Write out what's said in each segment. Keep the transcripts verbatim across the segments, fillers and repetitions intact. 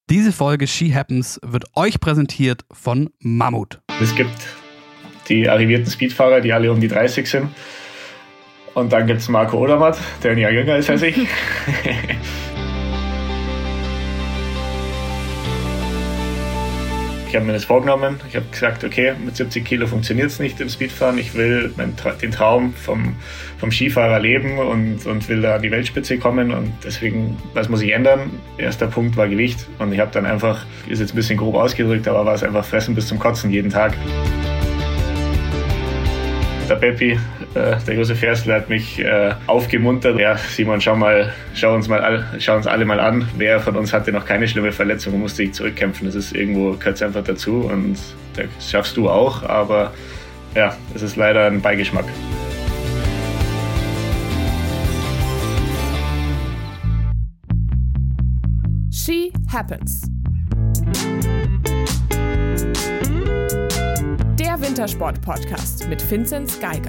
Diese Folge Ski Happens wird euch präsentiert von Mammut. Es gibt die arrivierten Speedfahrer, die alle um die dreißig sind. Und dann gibt es Marco Odermatt, der ein Jahr jünger ist als ich. Ich habe mir das vorgenommen. Ich habe gesagt, okay, mit siebzig Kilo funktioniert es nicht im Speedfahren. Ich will den Traum vom, vom Skifahrer leben und, und will da an die Weltspitze kommen. Und deswegen, was muss ich ändern? Erster Punkt war Gewicht. Und ich habe dann einfach, ist jetzt ein bisschen grob ausgedrückt, aber war es einfach fressen bis zum Kotzen jeden Tag. Der Peppi, äh, der Josef Ferstl, hat mich äh, aufgemuntert. Ja, Simon, schau mal, schau uns mal, all, schau uns alle mal an. Wer von uns hatte noch keine schlimme Verletzung und musste sich zurückkämpfen? Das ist irgendwo, gehört einfach dazu und das schaffst du auch. Aber ja, es ist leider ein Beigeschmack. Ski Happens. Der Wintersport-Podcast mit Vinzenz Geiger.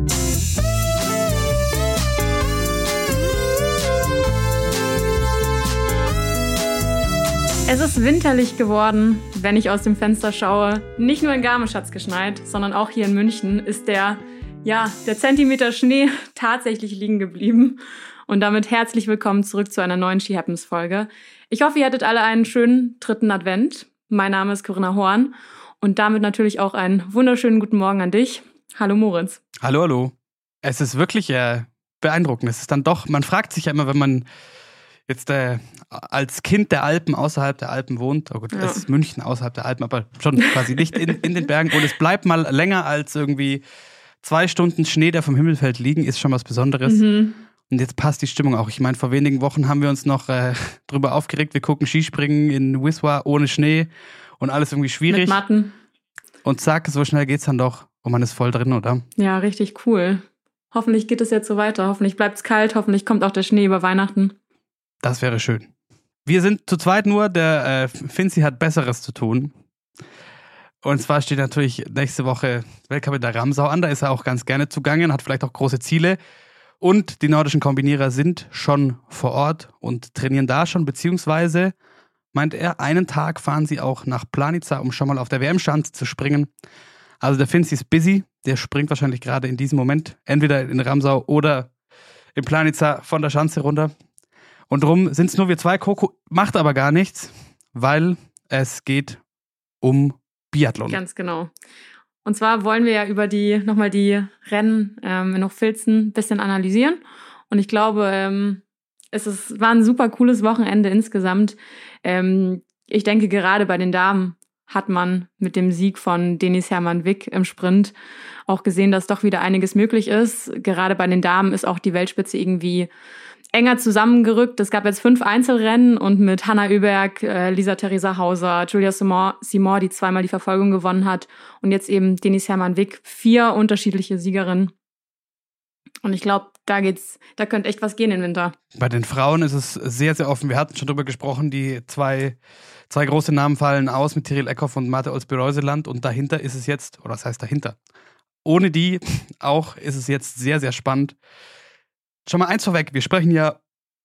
Es ist winterlich geworden, wenn ich aus dem Fenster schaue. Nicht nur in Garmisch hat's geschneit, sondern auch hier in München ist der, ja, der Zentimeter Schnee tatsächlich liegen geblieben. Und damit herzlich willkommen zurück zu einer neuen Ski Happens Folge. Ich hoffe, ihr hattet alle einen schönen dritten Advent. Mein Name ist Corinna Horn. Und damit natürlich auch einen wunderschönen guten Morgen an dich. Hallo Moritz. Hallo, hallo. Es ist wirklich äh, beeindruckend. Es ist dann doch, man fragt sich ja immer, wenn man jetzt äh, als Kind der Alpen außerhalb der Alpen wohnt, oh gut, Ja. es ist München außerhalb der Alpen, aber schon quasi nicht in, in den Bergen und es bleibt mal länger als irgendwie zwei Stunden Schnee, der vom Himmel fällt, liegen, ist schon was Besonderes. Mhm. Und jetzt passt die Stimmung auch. Ich meine, vor wenigen Wochen haben wir uns noch äh, drüber aufgeregt, wir gucken Skispringen in Wiswa ohne Schnee. Und alles irgendwie schwierig. Mit Matten. Und zack, so schnell geht's dann doch. Und man ist voll drin, oder? Ja, richtig cool. Hoffentlich geht es jetzt so weiter. Hoffentlich bleibt es kalt. Hoffentlich kommt auch der Schnee über Weihnachten. Das wäre schön. Wir sind zu zweit nur. Der äh, Finzi hat Besseres zu tun. Und zwar steht natürlich nächste Woche Weltcup in der Ramsau an. Da ist er auch ganz gerne zugange und hat vielleicht auch große Ziele. Und die nordischen Kombinierer sind schon vor Ort und trainieren da schon, beziehungsweise meint er, einen Tag fahren sie auch nach Planica, um schon mal auf der W M-Schanze zu springen. Also der Finzi ist busy, der springt wahrscheinlich gerade in diesem Moment entweder in Ramsau oder in Planica von der Schanze runter. Und drum sind es nur wir zwei. Coco macht aber gar nichts, weil es geht um Biathlon. Ganz genau. Und zwar wollen wir ja über die nochmal die Rennen ähm, in Hochfilzen ein bisschen analysieren. Und ich glaube, ähm, es ist, war ein super cooles Wochenende insgesamt. Ähm, ich denke, gerade bei den Damen hat man mit dem Sieg von Denise Hermann-Wick im Sprint auch gesehen, dass doch wieder einiges möglich ist. Gerade bei den Damen ist auch die Weltspitze irgendwie enger zusammengerückt. Es gab jetzt fünf Einzelrennen und mit Hanna Öberg, äh, Lisa-Theresa Hauser, Julia Simon, Simon, die zweimal die Verfolgung gewonnen hat und jetzt eben Denise Hermann-Wick, vier unterschiedliche Siegerinnen. Und ich glaube, da geht's, da könnte echt was gehen im Winter. Bei den Frauen ist es sehr, sehr offen. Wir hatten schon drüber gesprochen, die zwei, zwei große Namen fallen aus mit Tiril Eckhoff und Marte Olsby-Reuseland und dahinter ist es jetzt, oder was heißt dahinter? Ohne die auch ist es jetzt sehr, sehr spannend. Schon mal eins vorweg, wir sprechen ja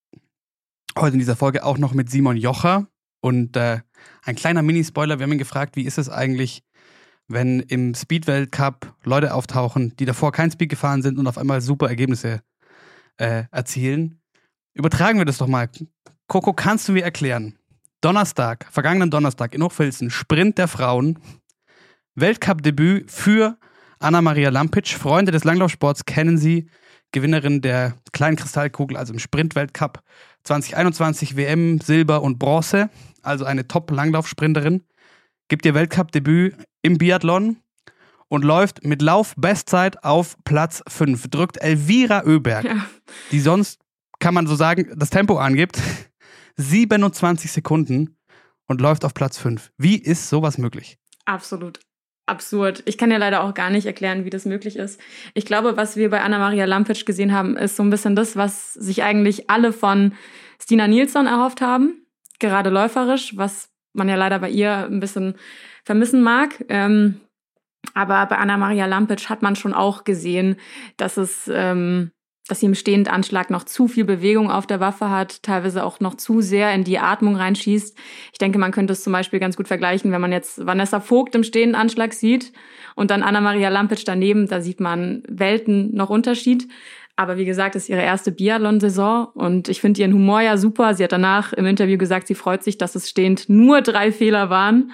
heute in dieser Folge auch noch mit Simon Jocher und äh, ein kleiner Mini-Spoiler, wir haben ihn gefragt, wie ist es eigentlich, wenn im Speed-Weltcup Leute auftauchen, die davor kein Speed gefahren sind und auf einmal super Ergebnisse äh, erzielen. Übertragen wir das doch mal. Coco, kannst du mir erklären? Donnerstag, vergangenen Donnerstag in Hochfilzen, Sprint der Frauen, Weltcup-Debüt für Anna-Maria Lampic. Freunde des Langlaufsports kennen sie, Gewinnerin der kleinen Kristallkugel, also im Sprint-Weltcup zwanzig einundzwanzig, W M, Silber und Bronze, also eine Top-Langlaufsprinterin. Gibt ihr Weltcup-Debüt im Biathlon und läuft mit Lauf-Bestzeit auf Platz fünf. Drückt Elvira Öberg, ja, die sonst, kann man so sagen, das Tempo angibt, siebenundzwanzig Sekunden und läuft auf Platz fünf. Wie ist sowas möglich? Absolut absurd. Ich kann ja leider auch gar nicht erklären, wie das möglich ist. Ich glaube, was wir bei Anna-Maria Lampic gesehen haben, ist so ein bisschen das, was sich eigentlich alle von Stina Nilsson erhofft haben. Gerade läuferisch, was man ja leider bei ihr ein bisschen vermissen mag. Ähm, aber bei Anna-Maria Lampic hat man schon auch gesehen, dass es ähm, dass sie im Stehendanschlag noch zu viel Bewegung auf der Waffe hat, teilweise auch noch zu sehr in die Atmung reinschießt. Ich denke, man könnte es zum Beispiel ganz gut vergleichen, wenn man jetzt Vanessa Vogt im Stehendanschlag sieht und dann Anna-Maria Lampic daneben, da sieht man Welten noch Unterschied. Aber wie gesagt, das ist ihre erste Biathlon-Saison und ich finde ihren Humor ja super. Sie hat danach im Interview gesagt, sie freut sich, dass es stehend nur drei Fehler waren.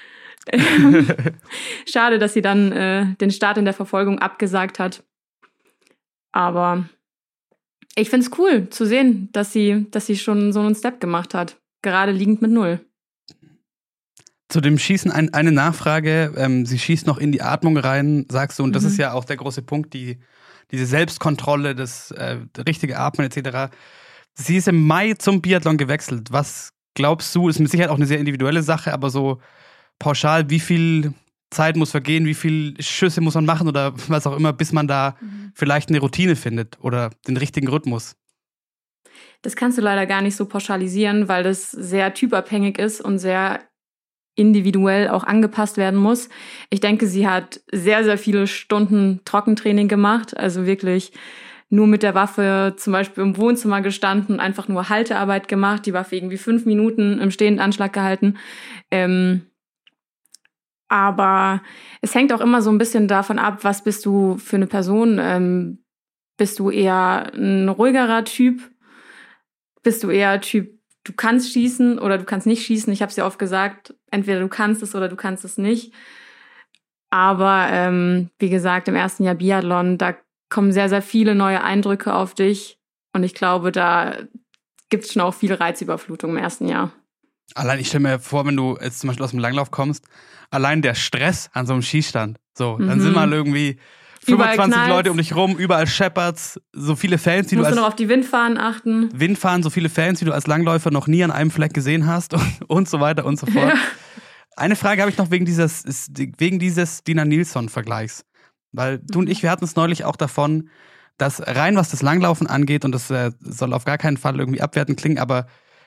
Schade, dass sie dann äh, den Start in der Verfolgung abgesagt hat. Aber ich finde es cool zu sehen, dass sie, dass sie schon so einen Step gemacht hat. Gerade liegend mit Null. Zu dem Schießen ein, eine Nachfrage. Ähm, sie schießt noch in die Atmung rein, sagst du. Und das mhm. ist ja auch der große Punkt, die, diese Selbstkontrolle, das äh, richtige Atmen et cetera. Sie ist im Mai zum Biathlon gewechselt. Was glaubst du, ist mit Sicherheit auch eine sehr individuelle Sache, aber so pauschal, wie viel Zeit muss vergehen, wie viele Schüsse muss man machen oder was auch immer, bis man da mhm. vielleicht eine Routine findet oder den richtigen Rhythmus? Das kannst du leider gar nicht so pauschalisieren, weil das sehr typabhängig ist und sehr individuell auch angepasst werden muss. Ich denke, sie hat sehr, sehr viele Stunden Trockentraining gemacht, also wirklich nur mit der Waffe zum Beispiel im Wohnzimmer gestanden, einfach nur Haltearbeit gemacht, die Waffe irgendwie fünf Minuten im Stehendanschlag gehalten. Ähm, Aber es hängt auch immer so ein bisschen davon ab, was bist du für eine Person. Ähm, bist du eher ein ruhigerer Typ? Bist du eher Typ, du kannst schießen oder du kannst nicht schießen? Ich habe es ja oft gesagt, entweder du kannst es oder du kannst es nicht. Aber ähm, wie gesagt, im ersten Jahr Biathlon, da kommen sehr, sehr viele neue Eindrücke auf dich. Und ich glaube, da gibt es schon auch viel Reizüberflutung im ersten Jahr. Allein, ich stelle mir vor, wenn du jetzt zum Beispiel aus dem Langlauf kommst, allein der Stress an so einem Schießstand. So, mhm. dann sind mal irgendwie fünfundzwanzig Leute um dich rum, überall Shepherds, so viele Fans, die du als... Musst du noch auf die Windfahnen achten. Windfahren, so viele Fans, die du als Langläufer noch nie an einem Fleck gesehen hast und, und so weiter und so fort. Ja. Eine Frage habe ich noch wegen dieses, wegen dieses Dina Nilsson-Vergleichs. Weil du und ich, wir hatten es neulich auch davon, dass rein was das Langlaufen angeht, und das äh, soll auf gar keinen Fall irgendwie abwertend klingen, aber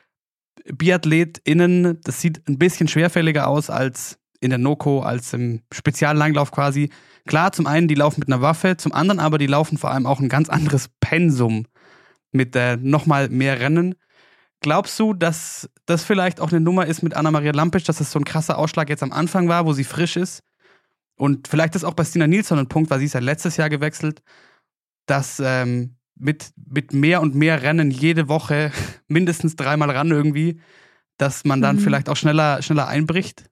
BiathletInnen, das sieht ein bisschen schwerfälliger aus als in der NOKO, als im Speziallanglauf quasi. Klar, zum einen, die laufen mit einer Waffe, zum anderen aber, die laufen vor allem auch ein ganz anderes Pensum mit äh, nochmal mehr Rennen. Glaubst du, dass das vielleicht auch eine Nummer ist mit Anna-Maria Lampic, dass das so ein krasser Ausschlag jetzt am Anfang war, wo sie frisch ist? Und vielleicht ist auch bei Stina Nilsson ein Punkt, weil sie ist ja letztes Jahr gewechselt, dass ähm, mit, mit mehr und mehr Rennen jede Woche mindestens dreimal ran irgendwie, dass man dann mhm. vielleicht auch schneller, schneller einbricht?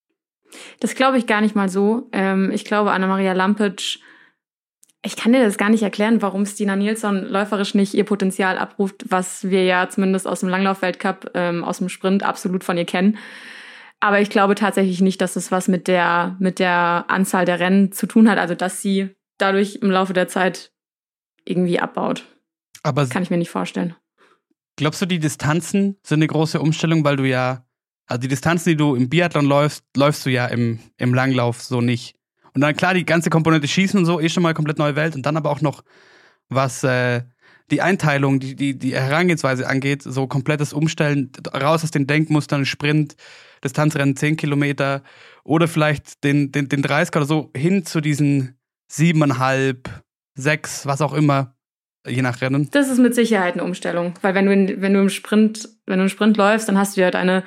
Das glaube ich gar nicht mal so. Ähm, ich glaube, Anna-Maria Lampic, ich kann dir das gar nicht erklären, warum Stina Nilsson läuferisch nicht ihr Potenzial abruft, was wir ja zumindest aus dem Langlauf-Weltcup, ähm, aus dem Sprint absolut von ihr kennen. Aber ich glaube tatsächlich nicht, dass es was mit der, mit der Anzahl der Rennen zu tun hat, also dass sie dadurch im Laufe der Zeit irgendwie abbaut. Aber das kann ich mir nicht vorstellen. Glaubst du, die Distanzen sind eine große Umstellung, weil du ja, also die Distanzen, die du im Biathlon läufst, läufst du ja im, im Langlauf so nicht. Und dann klar, die ganze Komponente Schießen und so, eh schon mal komplett neue Welt. Und dann aber auch noch, was äh, die Einteilung, die, die, die Herangehensweise angeht, so komplettes Umstellen, raus aus den Denkmustern, Sprint, Distanzrennen zehn Kilometer oder vielleicht den, den, den dreißiger oder so hin zu diesen siebeneinhalb, sechs, was auch immer, je nach Rennen. Das ist mit Sicherheit eine Umstellung, weil wenn du, in, wenn du im Sprint, wenn du im Sprint läufst, dann hast du ja deine,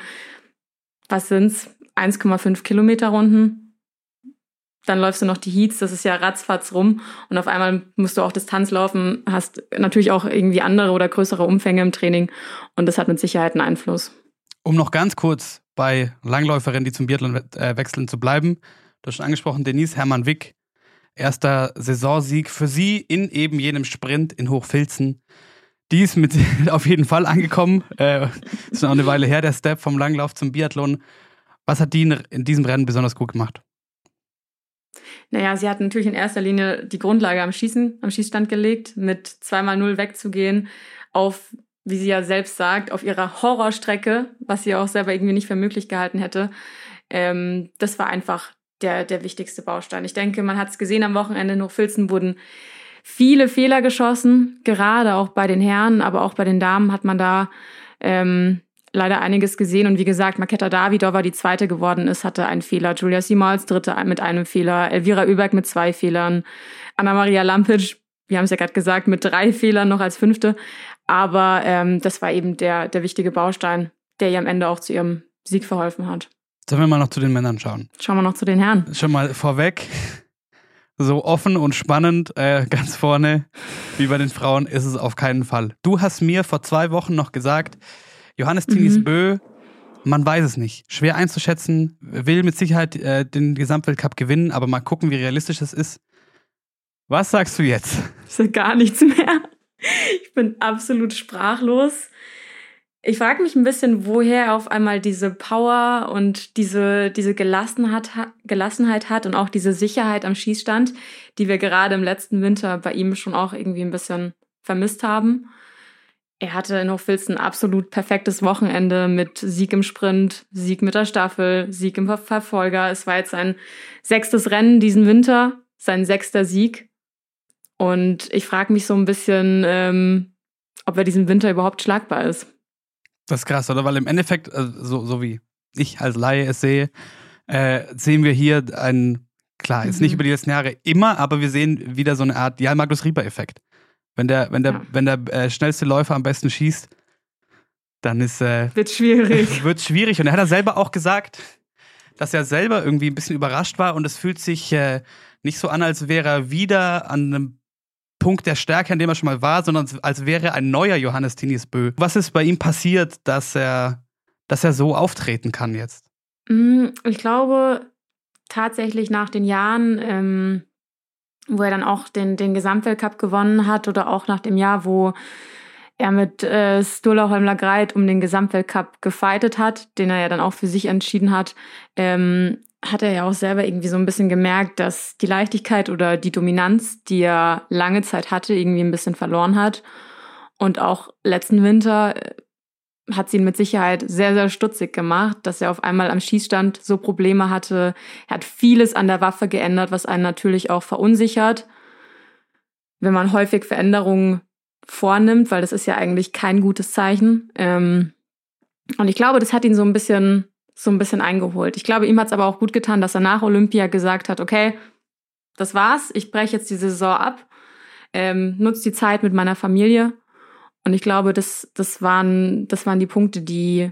was sind's, eins Komma fünf Kilometer Runden. Dann läufst du noch die Heats, das ist ja ratzfatz rum und auf einmal musst du auch Distanz laufen, hast natürlich auch irgendwie andere oder größere Umfänge im Training und das hat mit Sicherheit einen Einfluss. Um noch ganz kurz bei Langläuferinnen, die zum Biathlon äh, wechseln, zu bleiben. Du hast schon angesprochen, Denise Hermann-Wick, erster Saisonsieg für sie in eben jenem Sprint in Hochfilzen. Die ist mit auf jeden Fall angekommen. Äh, ist schon auch eine Weile her, der Step vom Langlauf zum Biathlon. Was hat die in diesem Rennen besonders gut gemacht? Naja, sie hat natürlich in erster Linie die Grundlage am Schießen, am Schießstand gelegt, mit zweimal null wegzugehen auf, wie sie ja selbst sagt, auf ihrer Horrorstrecke, was sie auch selber irgendwie nicht für möglich gehalten hätte. Ähm, das war einfach der, der wichtigste Baustein. Ich denke, man hat es gesehen am Wochenende in Hochfilzen wurden viele Fehler geschossen, gerade auch bei den Herren, aber auch bei den Damen hat man da ähm, leider einiges gesehen. Und wie gesagt, Marketa Davidova, die Zweite geworden ist, hatte einen Fehler. Julia Simons, Dritte mit einem Fehler. Elvira Oeberg mit zwei Fehlern. Anna-Maria Lampic wir haben es ja gerade gesagt, mit drei Fehlern noch als Fünfte. Aber ähm, das war eben der, der wichtige Baustein, der ihr am Ende auch zu ihrem Sieg verholfen hat. Sollen wir mal noch zu den Männern schauen? Schauen wir noch zu den Herren. Schon mal vorweg, so offen und spannend äh, ganz vorne wie bei den Frauen ist es auf keinen Fall. Du hast mir vor zwei Wochen noch gesagt, Johannes Thinis Mhm. Bö, man weiß es nicht. Schwer einzuschätzen, will mit Sicherheit äh, den Gesamtweltcup gewinnen, aber mal gucken, wie realistisch es ist. Was sagst du jetzt? Ich sag gar nichts mehr. Ich bin absolut sprachlos. Ich frage mich ein bisschen, woher auf einmal diese Power und diese, diese Gelassenheit, Gelassenheit hat und auch diese Sicherheit am Schießstand, die wir gerade im letzten Winter bei ihm schon auch irgendwie ein bisschen vermisst haben. Er hatte in Hochfilzen ein absolut perfektes Wochenende mit Sieg im Sprint, Sieg mit der Staffel, Sieg im Verfolger. Es war jetzt sein sechstes Rennen diesen Winter, sein sechster Sieg. Und ich frage mich so ein bisschen, ähm, ob er diesen Winter überhaupt schlagbar ist. Das ist krass, oder? Weil im Endeffekt, äh, so, so wie ich als Laie es sehe, äh, sehen wir hier einen, klar, jetzt Mhm. nicht über die letzten Jahre immer, aber wir sehen wieder so eine Art Jan-Markus-Rieper-Effekt. Wenn der, wenn der, Ja. wenn der äh, schnellste Läufer am besten schießt, dann ist äh, Wird schwierig. wird schwierig. Und er hat ja selber auch gesagt, dass er selber irgendwie ein bisschen überrascht war und es fühlt sich äh, nicht so an, als wäre er wieder an einem Punkt der Stärke, an dem er schon mal war, sondern als wäre ein neuer Johannes Thinis Bö. Was ist bei ihm passiert, dass er, dass er so auftreten kann jetzt? Ich glaube tatsächlich nach den Jahren, ähm, wo er dann auch den, den Gesamtweltcup gewonnen hat oder auch nach dem Jahr, wo er mit äh, Sturla Holmler-Greit um den Gesamtweltcup gefightet hat, den er ja dann auch für sich entschieden hat, ähm, hat er ja auch selber irgendwie so ein bisschen gemerkt, dass die Leichtigkeit oder die Dominanz, die er lange Zeit hatte, irgendwie ein bisschen verloren hat. Und auch letzten Winter hat sie ihn mit Sicherheit sehr, sehr stutzig gemacht, dass er auf einmal am Schießstand so Probleme hatte. Er hat vieles an der Waffe geändert, was einen natürlich auch verunsichert, wenn man häufig Veränderungen vornimmt, weil das ist ja eigentlich kein gutes Zeichen. Und ich glaube, das hat ihn so ein bisschen so ein bisschen eingeholt. Ich glaube, ihm hat es aber auch gut getan, dass er nach Olympia gesagt hat, okay, das war's, ich breche jetzt die Saison ab, ähm, nutze die Zeit mit meiner Familie. Und ich glaube, das, das, waren, das waren die Punkte, die,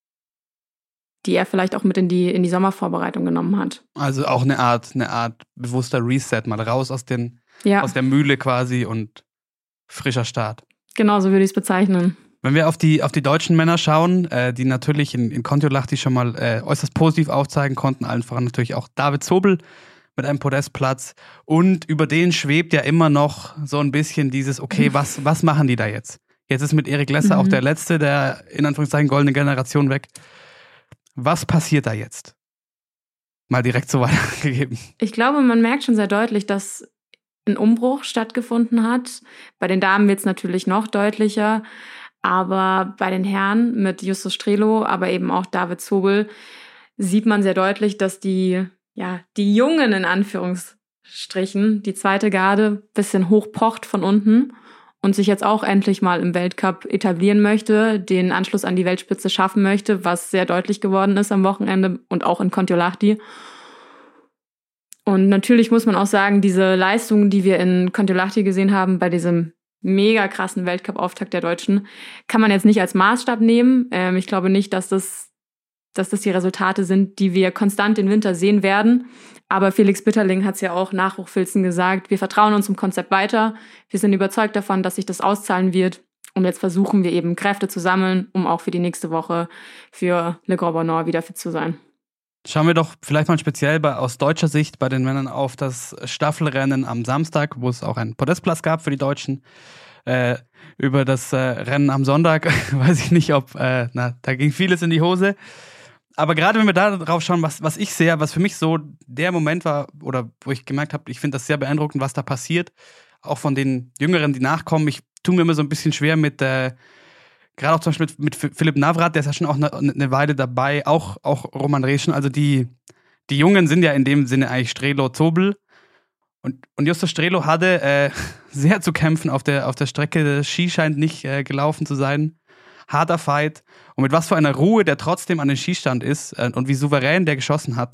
die er vielleicht auch mit in die, in die Sommervorbereitung genommen hat. Also auch eine Art, eine Art bewusster Reset, mal raus aus, den, Ja, aus der Mühle quasi und frischer Start. genau so würde ich es bezeichnen. Wenn wir auf die, auf die deutschen Männer schauen, äh, die natürlich in, in Kontiolahti schon mal äh, äußerst positiv aufzeigen konnten, allen voran natürlich auch David Zobel mit einem Podestplatz. Und über den schwebt ja immer noch so ein bisschen dieses, okay, was, was machen die da jetzt? Jetzt ist mit Erik Lesser Mhm. auch der Letzte der, in Anführungszeichen, goldene Generation weg. Was passiert da jetzt? Mal direkt so weitergegeben. Ich glaube, man merkt schon sehr deutlich, dass ein Umbruch stattgefunden hat. Bei den Damen wird es natürlich noch deutlicher. Aber bei den Herren mit Justus Strelo, aber eben auch David Zobel, sieht man sehr deutlich, dass die, ja, die Jungen in Anführungsstrichen, die zweite Garde, bisschen hochpocht von unten und sich jetzt auch endlich mal im Weltcup etablieren möchte, den Anschluss an die Weltspitze schaffen möchte, was sehr deutlich geworden ist am Wochenende und auch in Kontiolahti. Und natürlich muss man auch sagen, diese Leistungen, die wir in Kontiolahti gesehen haben, bei diesem mega krassen Weltcup-Auftakt der Deutschen, kann man jetzt nicht als Maßstab nehmen. Ähm, ich glaube nicht, dass das, dass das die Resultate sind, die wir konstant den Winter sehen werden. Aber Felix Bitterling hat es ja auch nach Hochfilzen gesagt, wir vertrauen uns im Konzept weiter. Wir sind überzeugt davon, dass sich das auszahlen wird. Und jetzt versuchen wir eben Kräfte zu sammeln, um auch für die nächste Woche für Le Grand Bonneur wieder fit zu sein. Schauen wir doch vielleicht mal speziell bei, aus deutscher Sicht bei den Männern auf das Staffelrennen am Samstag, wo es auch einen Podestplatz gab für die Deutschen. Äh, über das äh, Rennen am Sonntag weiß ich nicht, ob, äh, na, da ging vieles in die Hose. Aber gerade wenn wir da drauf schauen, was, was ich sehe, was für mich so der Moment war, oder wo ich gemerkt habe, ich finde das sehr beeindruckend, was da passiert, auch von den Jüngeren, die nachkommen. Ich tue mir immer so ein bisschen schwer mit, äh, gerade auch zum Beispiel mit, mit Philipp Navrat, der ist ja schon auch eine, eine Weile dabei, auch, auch Roman Reschen. Also die, die Jungen sind ja in dem Sinne eigentlich Strelo, Zobel. Und, und Justus Strelo hatte äh, sehr zu kämpfen auf der, auf der Strecke. Der Ski scheint nicht äh, gelaufen zu sein. Harter Fight. Und mit was für einer Ruhe der trotzdem an den Skistand ist äh, und wie souverän der geschossen hat,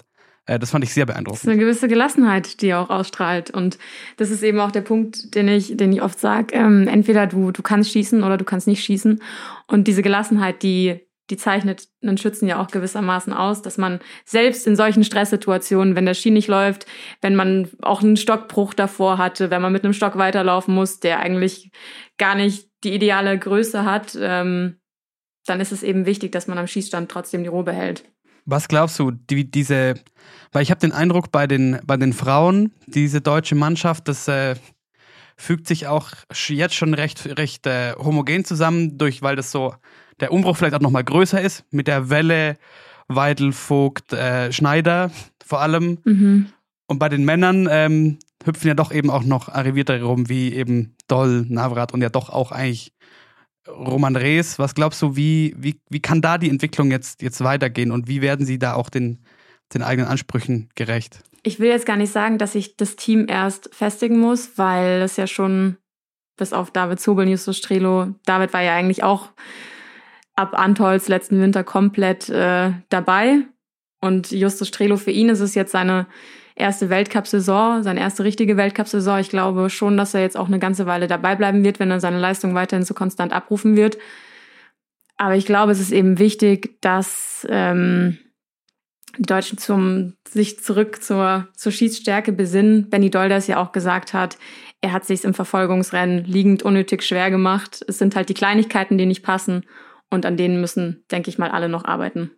Äh, das fand ich sehr Das beeindruckend. ist eine gewisse Gelassenheit, die er auch ausstrahlt. Und das ist eben auch der Punkt, den ich, den ich oft sage. Ähm, entweder du, du kannst schießen oder du kannst nicht schießen. Und diese Gelassenheit, die, die zeichnet einen Schützen ja auch gewissermaßen aus, dass man selbst in solchen Stresssituationen, wenn der Ski nicht läuft, wenn man auch einen Stockbruch davor hatte, wenn man mit einem Stock weiterlaufen muss, der eigentlich gar nicht die ideale Größe hat, ähm, dann ist es eben wichtig, dass man am Schießstand trotzdem die Ruhe behält. Was glaubst du, die, diese, weil ich habe den Eindruck, bei den, bei den Frauen, diese deutsche Mannschaft, das äh, fügt sich auch jetzt schon recht, recht äh, homogen zusammen, durch, weil das so der Umbruch vielleicht auch nochmal größer ist, mit der Welle, Weidl, Vogt, äh, Schneider vor allem. Mhm. Und bei den Männern ähm, hüpfen ja doch eben auch noch Arriviertere rum, wie eben Doll, Navrat und ja doch auch eigentlich Roman Rees. Was glaubst du, wie, wie, wie kann da die Entwicklung jetzt, jetzt weitergehen und wie werden sie da auch den, den eigenen Ansprüchen gerecht? Ich will jetzt gar nicht sagen, dass ich das Team erst festigen muss, weil es ja schon bis auf David Zobel, Justus Strelo, David war ja eigentlich auch ab Antolz letzten Winter komplett äh, dabei. Und Justus Strelo, für ihn ist es jetzt seine erste Weltcup-Saison, seine erste richtige Weltcup-Saison. Ich glaube schon, dass er jetzt auch eine ganze Weile dabei bleiben wird, wenn er seine Leistung weiterhin so konstant abrufen wird. Aber ich glaube, es ist eben wichtig, dass ähm, die Deutschen zum, sich zurück zur, zur Schießstärke besinnen. Benny Doll, der es ja auch gesagt hat, er hat sich im Verfolgungsrennen liegend unnötig schwer gemacht. Es sind halt die Kleinigkeiten, die nicht passen. Und an denen müssen, denke ich mal, alle noch arbeiten.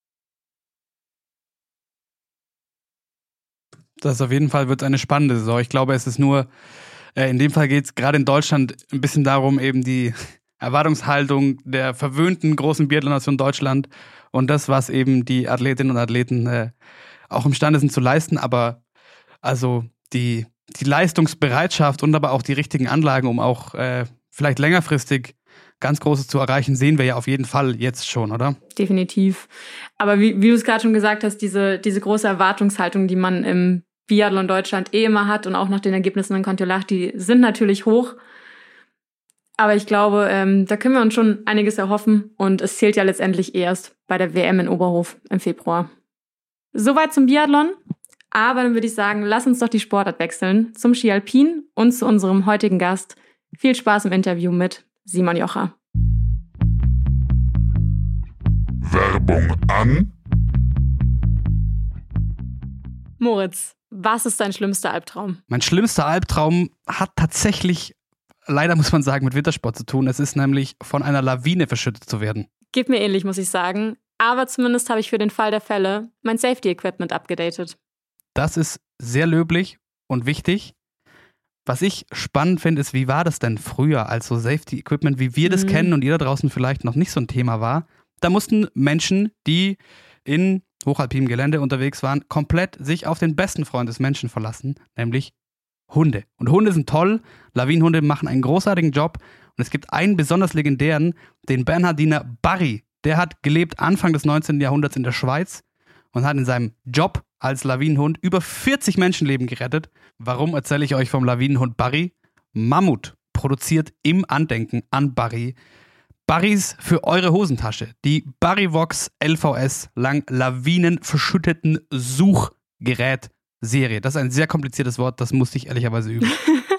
Das auf jeden Fall wird eine spannende Saison. Ich glaube, es ist nur, äh, in dem Fall geht es gerade in Deutschland ein bisschen darum, eben die Erwartungshaltung der verwöhnten großen Biathlon-Nation Deutschland und das, was eben die Athletinnen und Athleten äh, auch imstande sind zu leisten. Aber also die, die Leistungsbereitschaft und aber auch die richtigen Anlagen, um auch äh, vielleicht längerfristig ganz Großes zu erreichen, sehen wir ja auf jeden Fall jetzt schon, oder? Definitiv. Aber wie, wie du es gerade schon gesagt hast, diese, diese große Erwartungshaltung, die man im Biathlon Deutschland eh immer hat und auch nach den Ergebnissen in Kontiolahti, die sind natürlich hoch. Aber ich glaube, ähm, da können wir uns schon einiges erhoffen und es zählt ja letztendlich erst bei der W M in Oberhof im Februar. Soweit zum Biathlon. Aber dann würde ich sagen, lass uns doch die Sportart wechseln zum Ski Alpin und zu unserem heutigen Gast. Viel Spaß im Interview mit Simon Jocha. Werbung an. Moritz, was ist dein schlimmster Albtraum? Mein schlimmster Albtraum hat tatsächlich, leider muss man sagen, mit Wintersport zu tun. Es ist nämlich, von einer Lawine verschüttet zu werden. Geht mir ähnlich, muss ich sagen. Aber zumindest habe ich für den Fall der Fälle mein Safety-Equipment abgedatet. Das ist sehr löblich und wichtig. Was ich spannend finde, ist, wie war das denn früher, als so Safety-Equipment, wie wir das Mhm. kennen und ihr da draußen vielleicht noch nicht so ein Thema war. Da mussten Menschen, die in hochalpinem Gelände unterwegs waren, komplett sich auf den besten Freund des Menschen verlassen, nämlich Hunde. Und Hunde sind toll, Lawinenhunde machen einen großartigen Job und es gibt einen besonders legendären, den Bernhardiner Barry. Der hat gelebt Anfang des neunzehnten Jahrhunderts in der Schweiz und hat in seinem Job als Lawinenhund über vierzig Menschenleben gerettet. Warum erzähle ich euch vom Lawinenhund Barry? Mammut produziert im Andenken an Barry Barrys für eure Hosentasche. Die Barryvox L V S lang lawinenverschütteten Suchgerät-Serie. Das ist ein sehr kompliziertes Wort, das musste ich ehrlicherweise üben.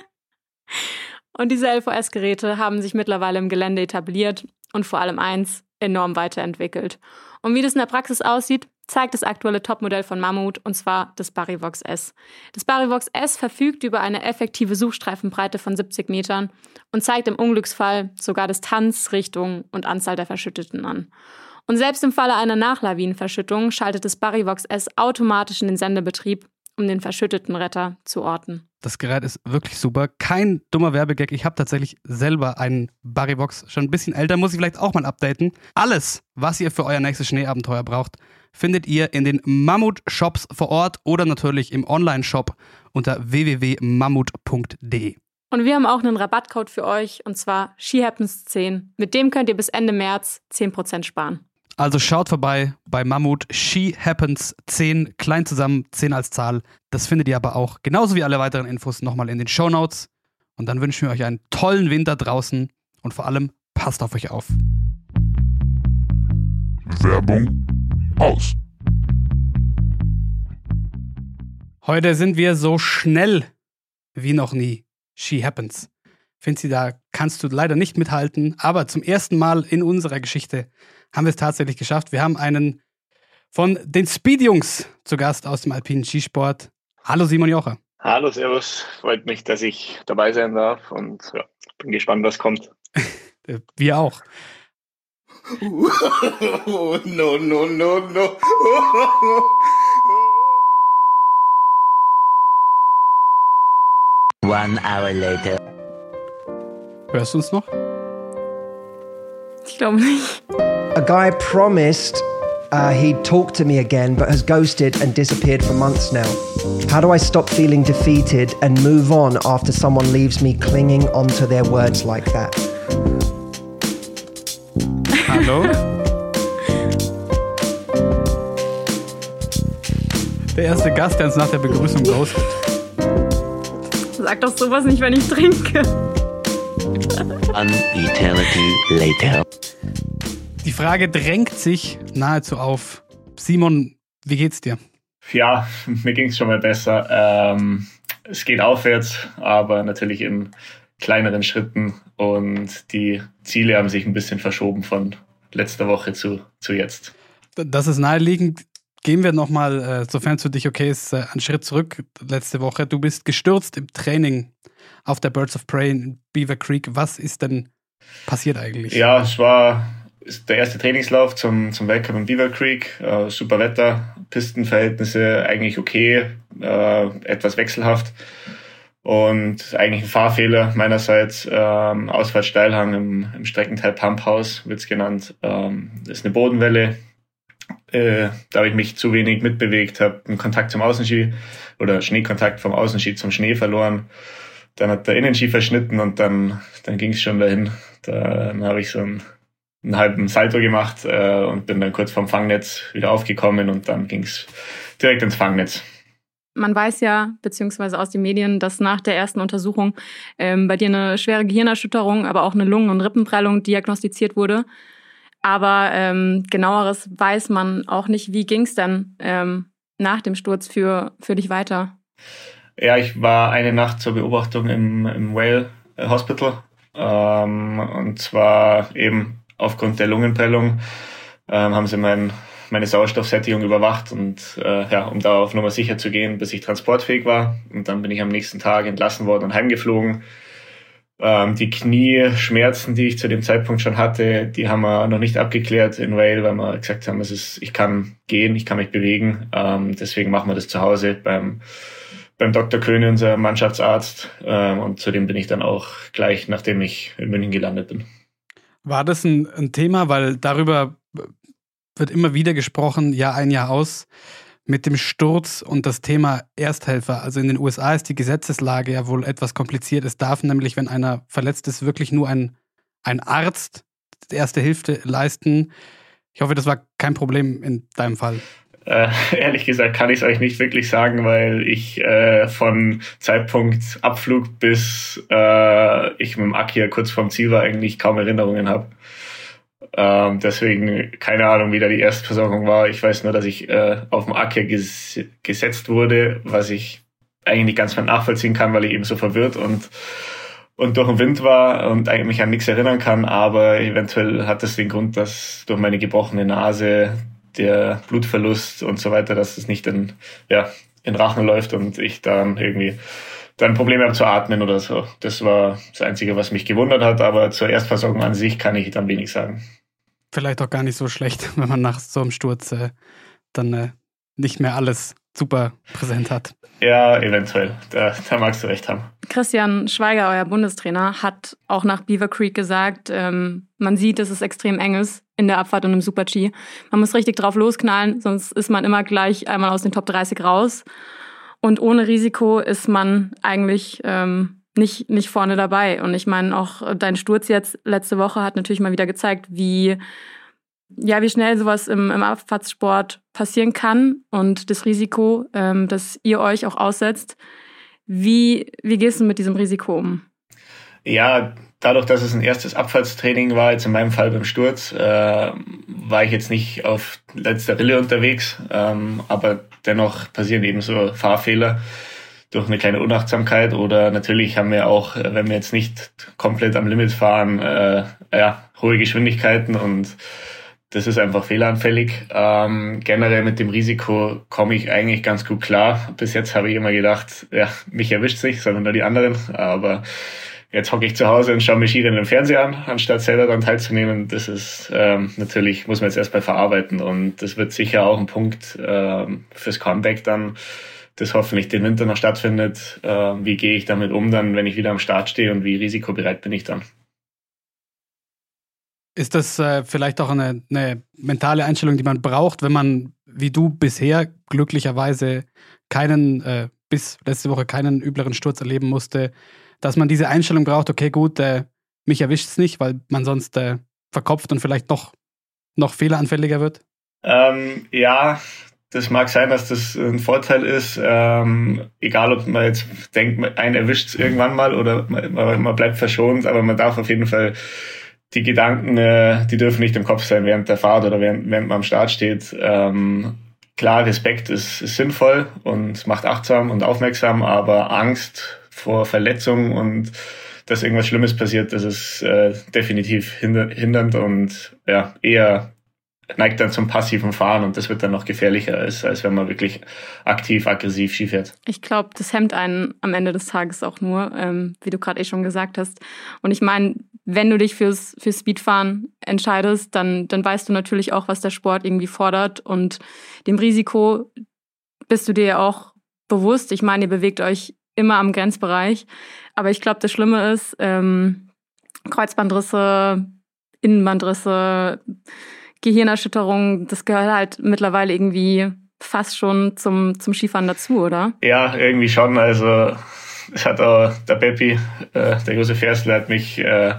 Und diese L V S-Geräte haben sich mittlerweile im Gelände etabliert und vor allem eins, enorm weiterentwickelt. Und wie das in der Praxis aussieht, zeigt das aktuelle Topmodell von Mammut, und zwar das Barryvox S. Das Barryvox S verfügt über eine effektive Suchstreifenbreite von siebzig Metern und zeigt im Unglücksfall sogar Distanz, Richtung und Anzahl der Verschütteten an. Und selbst im Falle einer Nachlawinenverschüttung schaltet das Barryvox S automatisch in den Sendebetrieb, um den verschütteten Retter zu orten. Das Gerät ist wirklich super. Kein dummer Werbegag. Ich habe tatsächlich selber einen Barryvox. Schon ein bisschen älter, muss ich vielleicht auch mal updaten. Alles, was ihr für euer nächstes Schneeabenteuer braucht, findet ihr in den Mammut-Shops vor Ort oder natürlich im Online-Shop unter w w w punkt mammut punkt d e. Und wir haben auch einen Rabattcode für euch, und zwar Ski Happens zehn. Mit dem könnt ihr bis Ende März zehn Prozent sparen. Also schaut vorbei bei Mammut, Ski Happens zehn, klein zusammen, zehn als Zahl. Das findet ihr aber auch, genauso wie alle weiteren Infos, nochmal in den Shownotes. Und dann wünschen wir euch einen tollen Winter draußen und vor allem passt auf euch auf. Werbung aus. Heute sind wir so schnell wie noch nie. She Happens. Finzi, da kannst du leider nicht mithalten, aber zum ersten Mal in unserer Geschichte haben wir es tatsächlich geschafft. Wir haben einen von den Speed-Jungs zu Gast aus dem alpinen Skisport. Hallo Simon Jocher. Hallo, servus. Freut mich, dass ich dabei sein darf und ja, bin gespannt, was kommt. Wir auch. no, no, no, no. One hour later. Hörst du uns noch? Ich glaube nicht. A guy promised uh, he'd talk to me again, but has ghosted and disappeared for months now. How do I stop feeling defeated and move on after someone leaves me clinging onto their words like that? Hallo? Der erste Gast, der uns nach der Begrüßung ghostet. Sag doch sowas nicht, wenn ich trinke. An eternity later. Die Frage drängt sich nahezu auf. Simon, wie geht's dir? Ja, mir ging es schon mal besser. Ähm, es geht aufwärts, aber natürlich in kleineren Schritten und die Ziele haben sich ein bisschen verschoben von letzter Woche zu, zu jetzt. Das ist naheliegend. Gehen wir nochmal, äh, sofern es für dich okay ist, äh, einen Schritt zurück letzte Woche. Du bist gestürzt im Training auf der Birds of Prey in Beaver Creek. Was ist denn passiert eigentlich? Ja, es war der erste Trainingslauf zum, zum Weltcup in Beaver Creek. Äh, super Wetter, Pistenverhältnisse eigentlich okay, äh, etwas wechselhaft. Und eigentlich ein Fahrfehler meinerseits, ähm, Ausfallsteilhang im, im Streckenteil Pump House wird es genannt. Ähm, das ist eine Bodenwelle. Äh, da habe ich mich zu wenig mitbewegt, habe einen Kontakt zum Außenski oder Schneekontakt vom Außenski zum Schnee verloren. Dann hat der Innenski verschnitten und dann, dann ging es schon dahin. Dann habe ich so einen, einen halben Salto gemacht äh, und bin dann kurz vom Fangnetz wieder aufgekommen und dann ging es direkt ins Fangnetz. Man weiß ja, beziehungsweise aus den Medien, dass nach der ersten Untersuchung ähm, bei dir eine schwere Gehirnerschütterung, aber auch eine Lungen- und Rippenprellung diagnostiziert wurde. Aber ähm, genaueres weiß man auch nicht. Wie ging es dann ähm, nach dem Sturz für, für dich weiter? Ja, ich war eine Nacht zur Beobachtung im, im Whale Hospital. Ähm, und zwar eben aufgrund der Lungenprellung ähm, haben sie mein, meine Sauerstoffsättigung überwacht und äh, ja, um da auf Nummer sicher zu gehen, bis ich transportfähig war. Und dann bin ich am nächsten Tag entlassen worden und heimgeflogen. Ähm, die Knieschmerzen, die ich zu dem Zeitpunkt schon hatte, die haben wir noch nicht abgeklärt in Whale, weil wir gesagt haben, es ist, ich kann gehen, ich kann mich bewegen. Ähm, deswegen machen wir das zu Hause beim beim Doktor Köhne, unser Mannschaftsarzt. Ähm, und zu dem bin ich dann auch gleich, nachdem ich in München gelandet bin. War das ein, ein Thema, weil darüber wird immer wieder gesprochen, Jahr ein, Jahr aus, mit dem Sturz und das Thema Ersthelfer. Also in den U S A ist die Gesetzeslage ja wohl etwas kompliziert. Es darf nämlich, wenn einer verletzt ist, wirklich nur ein, ein Arzt erste Hilfe leisten. Ich hoffe, das war kein Problem in deinem Fall. Äh, ehrlich gesagt kann ich es euch nicht wirklich sagen, weil ich äh, von Zeitpunkt Abflug bis äh, ich mit dem Akia kurz vorm Ziel war, eigentlich kaum Erinnerungen habe. Ähm, deswegen keine Ahnung, wie da die Erstversorgung war. Ich weiß nur, dass ich äh, auf dem Akia ges- gesetzt wurde, was ich eigentlich nicht ganz nachvollziehen kann, weil ich eben so verwirrt und und durch den Wind war und eigentlich mich an nichts erinnern kann. Aber eventuell hat das den Grund, dass durch meine gebrochene Nase der Blutverlust und so weiter, dass es nicht in, ja, in Rachen läuft und ich dann irgendwie dann Probleme habe zu atmen oder so. Das war das Einzige, was mich gewundert hat, aber zur Erstversorgung an sich kann ich dann wenig sagen. Vielleicht auch gar nicht so schlecht, wenn man nach so einem Sturz äh, dann äh, nicht mehr alles super präsent hat. Ja, eventuell. Da, da magst du recht haben. Christian Schweiger, euer Bundestrainer, hat auch nach Beaver Creek gesagt, ähm, man sieht, dass es extrem eng ist in der Abfahrt und im Super-G. Man muss richtig drauf losknallen, sonst ist man immer gleich einmal aus den Top dreißig raus. Und ohne Risiko ist man eigentlich ähm, nicht, nicht vorne dabei. Und ich meine, auch dein Sturz jetzt letzte Woche hat natürlich mal wieder gezeigt, wie, ja, wie schnell sowas im, im Abfahrtssport passieren kann und das Risiko, ähm, das ihr euch auch aussetzt. Wie, wie gehst du mit diesem Risiko um? Ja, dadurch, dass es ein erstes Abfahrtstraining war, jetzt in meinem Fall beim Sturz, äh, war ich jetzt nicht auf letzter Rille unterwegs, ähm, aber dennoch passieren eben so Fahrfehler durch eine kleine Unachtsamkeit oder natürlich haben wir auch, wenn wir jetzt nicht komplett am Limit fahren, äh, ja, hohe Geschwindigkeiten und das ist einfach fehleranfällig. Ähm, generell mit dem Risiko komme ich eigentlich ganz gut klar. Bis jetzt habe ich immer gedacht, ja, mich erwischt's nicht, sondern nur die anderen, aber jetzt hocke ich zu Hause und schaue mir Skirennen im Fernsehen an, anstatt selber daran teilzunehmen. Das ist ähm, natürlich, muss man jetzt erstmal verarbeiten und das wird sicher auch ein Punkt ähm, fürs Comeback dann, das hoffentlich den Winter noch stattfindet. Äh, wie gehe ich damit um dann, wenn ich wieder am Start stehe und wie risikobereit bin ich dann? Ist das äh, vielleicht auch eine, eine mentale Einstellung, die man braucht, wenn man, wie du bisher glücklicherweise keinen, äh, bis letzte Woche keinen übleren Sturz erleben musste, dass man diese Einstellung braucht, okay, gut, äh, mich erwischt es nicht, weil man sonst äh, verkopft und vielleicht noch, noch fehleranfälliger wird? Ähm, ja, das mag sein, dass das ein Vorteil ist. Ähm, egal, ob man jetzt denkt, einen erwischt es irgendwann mal oder man, man bleibt verschont, aber man darf auf jeden Fall die Gedanken, äh, die dürfen nicht im Kopf sein während der Fahrt oder während, während man am Start steht. Ähm, klar, Respekt ist, ist sinnvoll und macht achtsam und aufmerksam, aber Angst vor Verletzungen und dass irgendwas Schlimmes passiert, das ist äh, definitiv hinder- hindernd und ja, eher neigt dann zum passiven Fahren und das wird dann noch gefährlicher, als, als wenn man wirklich aktiv, aggressiv Ski fährt. Ich glaube, das hemmt einen am Ende des Tages auch nur, ähm, wie du gerade eh schon gesagt hast. Und ich meine, wenn du dich fürs, fürs Speedfahren entscheidest, dann, dann weißt du natürlich auch, was der Sport irgendwie fordert und dem Risiko bist du dir ja auch bewusst. Ich meine, ihr bewegt euch immer am Grenzbereich, aber ich glaube, das Schlimme ist, ähm, Kreuzbandrisse, Innenbandrisse, Gehirnerschütterung, das gehört halt mittlerweile irgendwie fast schon zum, zum Skifahren dazu, oder? Ja, irgendwie schon. Also es hat auch der Peppi, äh, der Josef Ferstl, hat mich äh,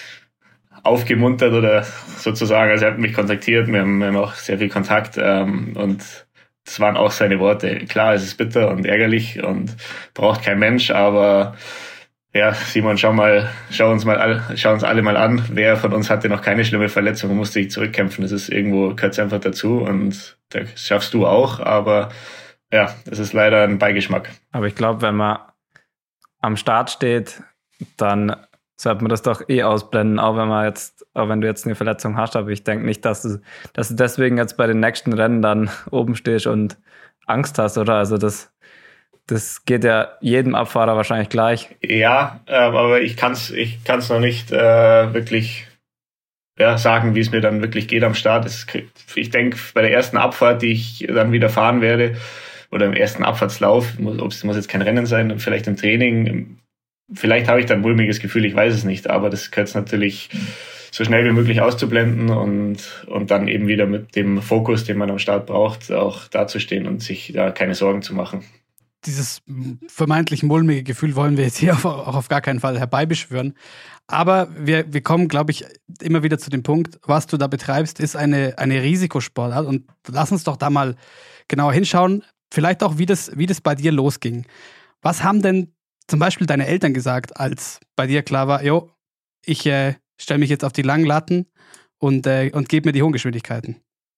aufgemuntert oder sozusagen, also er hat mich kontaktiert, wir haben, wir haben auch sehr viel Kontakt ähm, und das waren auch seine Worte. Klar, es ist bitter und ärgerlich und braucht kein Mensch, aber ja, Simon, schau mal, schau uns mal, all, schau uns alle mal an. Wer von uns hatte noch keine schlimme Verletzung und musste sich zurückkämpfen? Das ist irgendwo, gehört einfach dazu und das schaffst du auch. Aber ja, das ist leider ein Beigeschmack. Aber ich glaube, wenn man am Start steht, dann sollte man das doch eh ausblenden, auch wenn man jetzt, auch wenn du jetzt eine Verletzung hast. Aber ich denke nicht, dass du, dass du deswegen jetzt bei den nächsten Rennen dann oben stehst und Angst hast, oder? Also das Das geht ja jedem Abfahrer wahrscheinlich gleich. Ja, äh, aber ich kann's, ich kann's noch nicht äh, wirklich ja, sagen, wie es mir dann wirklich geht am Start. Es, ich denke, bei der ersten Abfahrt, die ich dann wieder fahren werde, oder im ersten Abfahrtslauf, muss, es muss jetzt kein Rennen sein, vielleicht im Training, vielleicht habe ich dann ein mulmiges Gefühl, ich weiß es nicht, aber das gehört natürlich so schnell wie möglich auszublenden und, und dann eben wieder mit dem Fokus, den man am Start braucht, auch dazustehen und sich da keine Sorgen zu machen. Dieses vermeintlich mulmige Gefühl wollen wir jetzt hier auch auf gar keinen Fall herbeibeschwören. Aber wir, wir kommen, glaube ich, immer wieder zu dem Punkt, was du da betreibst, ist eine, eine Risikosportart. Und lass uns doch da mal genauer hinschauen, vielleicht auch, wie das, wie das bei dir losging. Was haben denn zum Beispiel deine Eltern gesagt, als bei dir klar war, jo, ich äh, stelle mich jetzt auf die langen Latten und, äh, und gebe mir die hohen Geschwindigkeiten?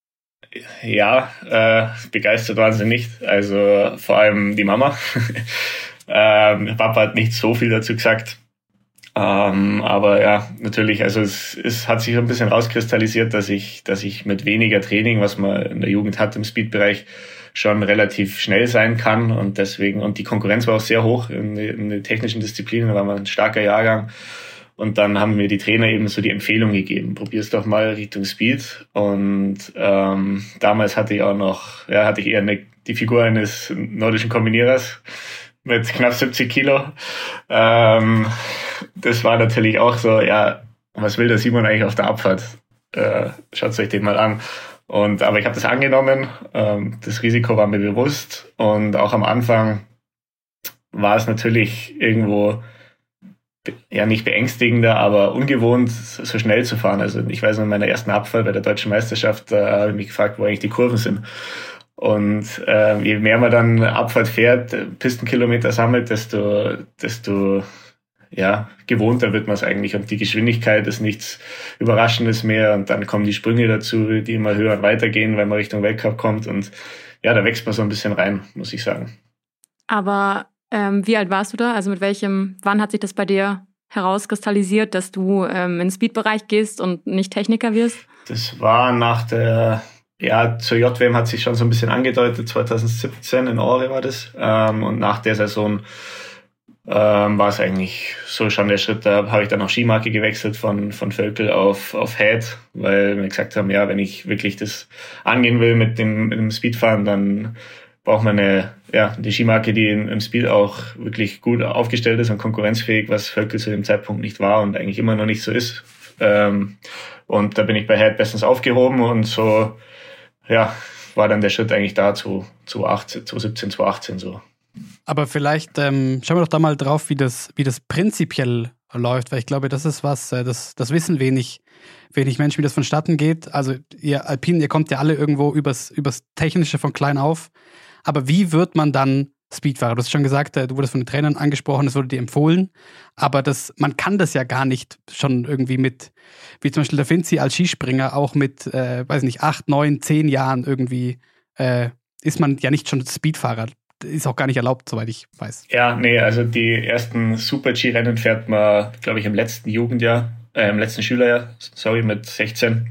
Ja, äh, begeistert waren sie nicht. Also vor allem die Mama. ähm, Papa hat nicht so viel dazu gesagt. Ähm, aber ja, natürlich, also es, es hat sich so ein bisschen rauskristallisiert, dass ich, dass ich mit weniger Training, was man in der Jugend hat im Speedbereich, schon relativ schnell sein kann. Und deswegen, und die Konkurrenz war auch sehr hoch in, in den technischen Disziplinen, da war man ein starker Jahrgang. Und dann haben mir die Trainer eben so die Empfehlung gegeben, probier's doch mal Richtung Speed. Und ähm, damals hatte ich auch noch, ja, hatte ich eher eine, die Figur eines nordischen Kombinierers mit knapp siebzig Kilo. Ähm, das war natürlich auch so, ja, was will der Simon eigentlich auf der Abfahrt? Äh, schaut euch den mal an. Und aber ich habe das angenommen, ähm, das Risiko war mir bewusst. Und auch am Anfang war es natürlich irgendwo ja nicht beängstigender, aber ungewohnt, so schnell zu fahren. Also ich weiß noch, in meiner ersten Abfahrt bei der Deutschen Meisterschaft, da habe ich mich gefragt, wo eigentlich die Kurven sind. Und äh, je mehr man dann Abfahrt fährt, Pistenkilometer sammelt, desto, desto ja, gewohnter wird man es eigentlich und die Geschwindigkeit ist nichts Überraschendes mehr und dann kommen die Sprünge dazu, die immer höher und weiter gehen, wenn man Richtung Weltcup kommt und ja, da wächst man so ein bisschen rein, muss ich sagen. Aber ähm, wie alt warst du da? Also mit welchem, wann hat sich das bei dir herauskristallisiert, dass du ähm, in den Speed-Bereich gehst und nicht Techniker wirst? Das war nach der, ja, zur J W M hat sich schon so ein bisschen angedeutet, zwanzig siebzehn in Åre war das. Ähm, und nach der Saison ähm, war es eigentlich so schon der Schritt, da habe ich dann auch Skimarke gewechselt von, von Völkel auf, auf Head, weil wir gesagt haben, ja, wenn ich wirklich das angehen will mit dem, mit dem Speedfahren, dann braucht man eine, ja, die Skimarke, die im Speed auch wirklich gut aufgestellt ist und konkurrenzfähig, was Völkel zu dem Zeitpunkt nicht war und eigentlich immer noch nicht so ist. Ähm, und da bin ich bei Head bestens aufgehoben und so, ja, war dann der Schritt eigentlich da zu, zu achtzehn, zu siebzehn, zu achtzehn so. Aber vielleicht ähm, schauen wir doch da mal drauf, wie das, wie das prinzipiell läuft, weil ich glaube, das ist was, äh, das, das wissen wenig, wenig Menschen, wie das vonstatten geht. Also ihr Alpinen, ihr kommt ja alle irgendwo übers, übers Technische von klein auf. Aber wie wird man dann Speedfahrer? Du hast schon gesagt, du wurdest von den Trainern angesprochen, es wurde dir empfohlen. Aber das, man kann das ja gar nicht schon irgendwie mit, wie zum Beispiel der Finzi als Skispringer, auch mit, äh, weiß nicht, acht, neun, zehn Jahren irgendwie, äh, ist man ja nicht schon Speedfahrer. Ist auch gar nicht erlaubt, soweit ich weiß. Ja, nee, also die ersten Super-G-Rennen fährt man, glaube ich, im letzten Jugendjahr, äh, im letzten Schülerjahr, sorry, mit sechzehn.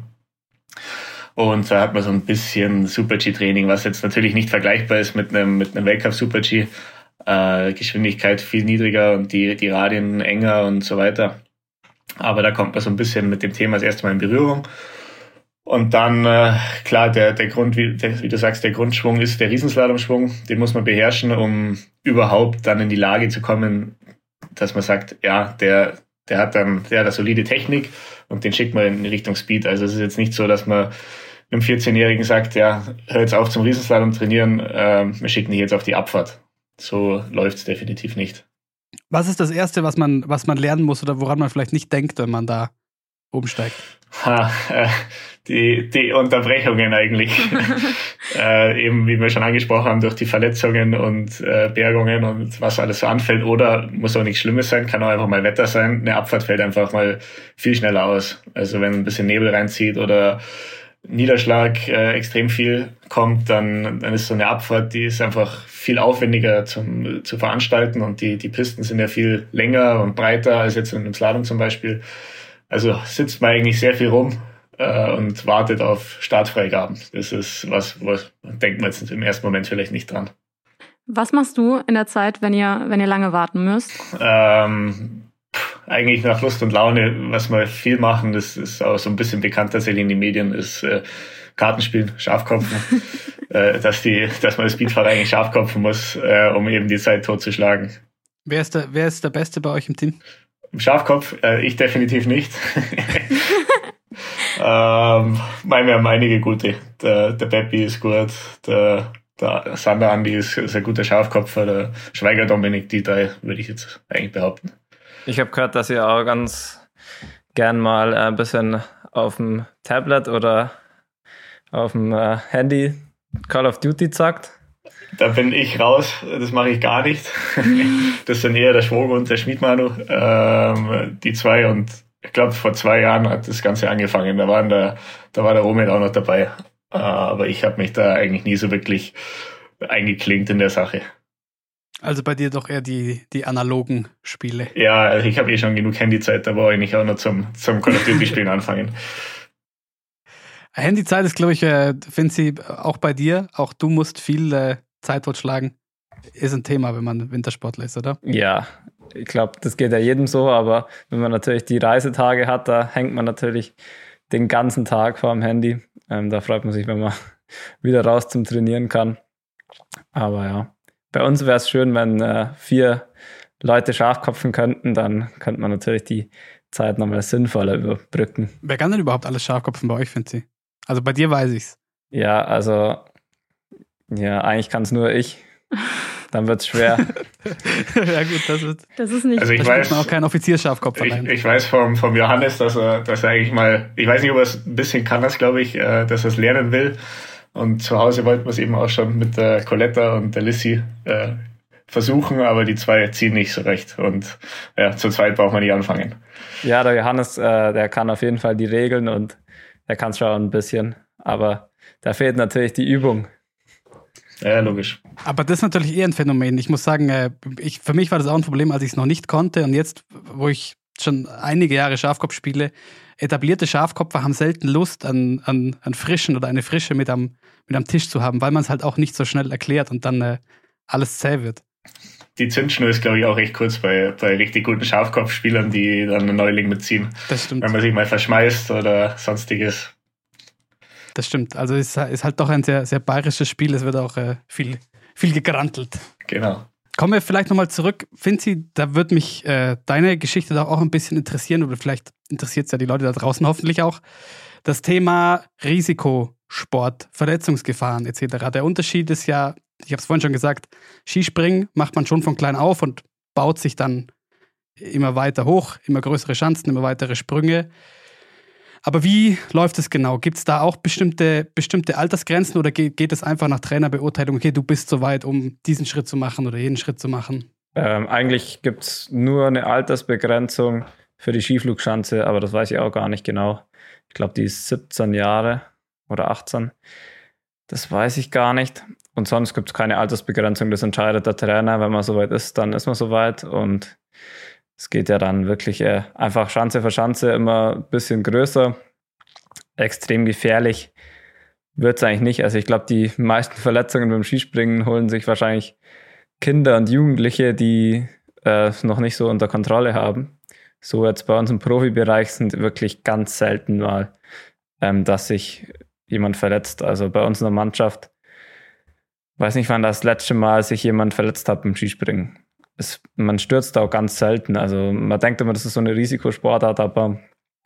Und da hat man so ein bisschen Super-G-Training, was jetzt natürlich nicht vergleichbar ist mit einem, mit einem Weltcup-Super-G. Äh, Geschwindigkeit viel niedriger und die, die Radien enger und so weiter. Aber da kommt man so ein bisschen mit dem Thema das erste Mal in Berührung. Und dann, äh, klar, der, der Grund, wie, der, wie du sagst, der Grundschwung ist der Riesenslalomschwung. Den muss man beherrschen, um überhaupt dann in die Lage zu kommen, dass man sagt, ja, der, der hat dann, der hat eine solide Technik und den schickt man in Richtung Speed. Also es ist jetzt nicht so, dass man einem vierzehnjährigen sagt, ja, hör jetzt auf zum Riesenslalom trainieren, äh, wir schicken dich jetzt auf die Abfahrt. So läuft's definitiv nicht. Was ist das Erste, was man, was man lernen muss oder woran man vielleicht nicht denkt, wenn man da umsteigt? Ha, äh, die, die Unterbrechungen eigentlich. äh, eben, wie wir schon angesprochen haben, durch die Verletzungen und äh, Bergungen und was alles so anfällt. Oder muss auch nichts Schlimmes sein, kann auch einfach mal Wetter sein. Eine Abfahrt fällt einfach mal viel schneller aus. Also wenn ein bisschen Nebel reinzieht oder Niederschlag äh, extrem viel kommt, dann, dann ist so eine Abfahrt, die ist einfach viel aufwendiger zum, zu veranstalten und die, die Pisten sind ja viel länger und breiter als jetzt in einem Slalom zum Beispiel. Also sitzt man eigentlich sehr viel rum äh, und wartet auf Startfreigaben. Das ist was, was denkt man jetzt im ersten Moment vielleicht nicht dran. Was machst du in der Zeit, wenn ihr, wenn ihr lange warten müsst? Ähm, eigentlich nach Lust und Laune, was wir viel machen, das ist auch so ein bisschen bekannt tatsächlich in den Medien, ist äh, Kartenspielen, Schafkopfen, äh, dass die, dass man das Speedfahrer eigentlich Schafkopfen muss, äh, um eben die Zeit totzuschlagen. Wer ist der, wer ist der Beste bei euch im Team? Im Schafkopf, äh, ich definitiv nicht. ähm, weil wir haben einige gute. Der, der Beppi ist gut, der, der Sander Andi ist, ist ein guter Schafkopfer, der Schweiger Dominik, die drei würde ich jetzt eigentlich behaupten. Ich habe gehört, dass ihr auch ganz gern mal ein bisschen auf dem Tablet oder auf dem äh, Handy Call of Duty zockt. Da bin ich raus, das mache ich gar nicht. Das sind eher der Schwoger und der Schmiedmanu, ähm, die zwei. Und ich glaube, vor zwei Jahren hat das Ganze angefangen. Da, waren der, da war der Roman auch noch dabei. Äh, aber ich habe mich da eigentlich nie so wirklich eingeklinkt in der Sache. Also bei dir doch eher die, die analogen Spiele. Ja, also ich habe eh schon genug Handyzeit, da brauche ich nicht auch noch zum, zum Call of Duty Spielen anfangen. Handyzeit ist, glaube ich, äh, Finzi, auch bei dir. Auch du musst viel äh, Zeit totschlagen. Ist ein Thema, wenn man Wintersportler ist, oder? Ja, ich glaube, das geht ja jedem so, aber wenn man natürlich die Reisetage hat, da hängt man natürlich den ganzen Tag vor dem Handy. Ähm, da freut man sich, wenn man wieder raus zum Trainieren kann. Aber ja, bei uns wäre es schön, wenn äh, vier Leute Schafkopfen könnten, dann könnte man natürlich die Zeit nochmal sinnvoller überbrücken. Wer kann denn überhaupt alles Schafkopfen bei euch, Finzi? Also bei dir weiß ich's. Ja, also ja, eigentlich kann es nur ich. Dann wird's schwer. Ja gut, das ist, das ist nicht. Also ich da weiß man auch keinen Offizierschafkopf ich, allein. ich weiß vom, vom Johannes, dass er, dass er eigentlich mal, ich weiß nicht, ob er es ein bisschen kann, das glaube ich, äh, dass er es lernen will. Und zu Hause wollten wir es eben auch schon mit der Coletta und der Lissy äh, versuchen, aber die zwei ziehen nicht so recht. Und ja, zu zweit braucht man nicht anfangen. Ja, der Johannes, äh, der kann auf jeden Fall die Regeln und der kann es schon ein bisschen. Aber da fehlt natürlich die Übung. Ja, logisch. Aber das ist natürlich eher ein Phänomen. Ich muss sagen, äh, ich, für mich war das auch ein Problem, als ich es noch nicht konnte. Und jetzt, wo ich schon einige Jahre Schafkopf spiele, etablierte Schafkopfer haben selten Lust, an, an, an Frischen oder eine Frische mit am, mit am Tisch zu haben, weil man es halt auch nicht so schnell erklärt und dann äh, alles zäh wird. Die Zündschnur ist, glaube ich, auch recht kurz bei, bei richtig guten Schafkopfspielern, die dann einen Neuling mitziehen. Das stimmt. Wenn man sich mal verschmeißt oder sonstiges. Das stimmt. Also es ist halt doch ein sehr, sehr bayerisches Spiel. Es wird auch äh, viel, viel gegrantelt. Genau. Kommen wir vielleicht nochmal zurück. Finzi, da würde mich äh, deine Geschichte da auch ein bisschen interessieren, oder vielleicht interessiert es ja die Leute da draußen hoffentlich auch. Das Thema Risikosport, Verletzungsgefahren et cetera. Der Unterschied ist ja, ich habe es vorhin schon gesagt, Skispringen macht man schon von klein auf und baut sich dann immer weiter hoch, immer größere Schanzen, immer weitere Sprünge. Aber wie läuft es genau? Gibt es da auch bestimmte, bestimmte Altersgrenzen oder geht, geht es einfach nach Trainerbeurteilung, okay, du bist soweit, um diesen Schritt zu machen oder jeden Schritt zu machen? Ähm, eigentlich gibt es nur eine Altersbegrenzung für die Skiflugschanze, aber das weiß ich auch gar nicht genau. Ich glaube, die ist siebzehn Jahre oder achtzehn. Das weiß ich gar nicht. Und sonst gibt es keine Altersbegrenzung. Das entscheidet der Trainer. Wenn man soweit ist, dann ist man soweit. Und es geht ja dann wirklich äh, einfach Schanze für Schanze immer ein bisschen größer. Extrem gefährlich wird es eigentlich nicht. Also ich glaube, die meisten Verletzungen beim Skispringen holen sich wahrscheinlich Kinder und Jugendliche, die äh, noch nicht so unter Kontrolle haben. So jetzt bei uns im Profibereich sind wirklich ganz selten mal, ähm, dass sich jemand verletzt. Also bei uns in der Mannschaft, weiß nicht, wann das letzte Mal sich jemand verletzt hat beim Skispringen. Es, man stürzt auch ganz selten. Also man denkt immer, das ist so eine Risikosportart, aber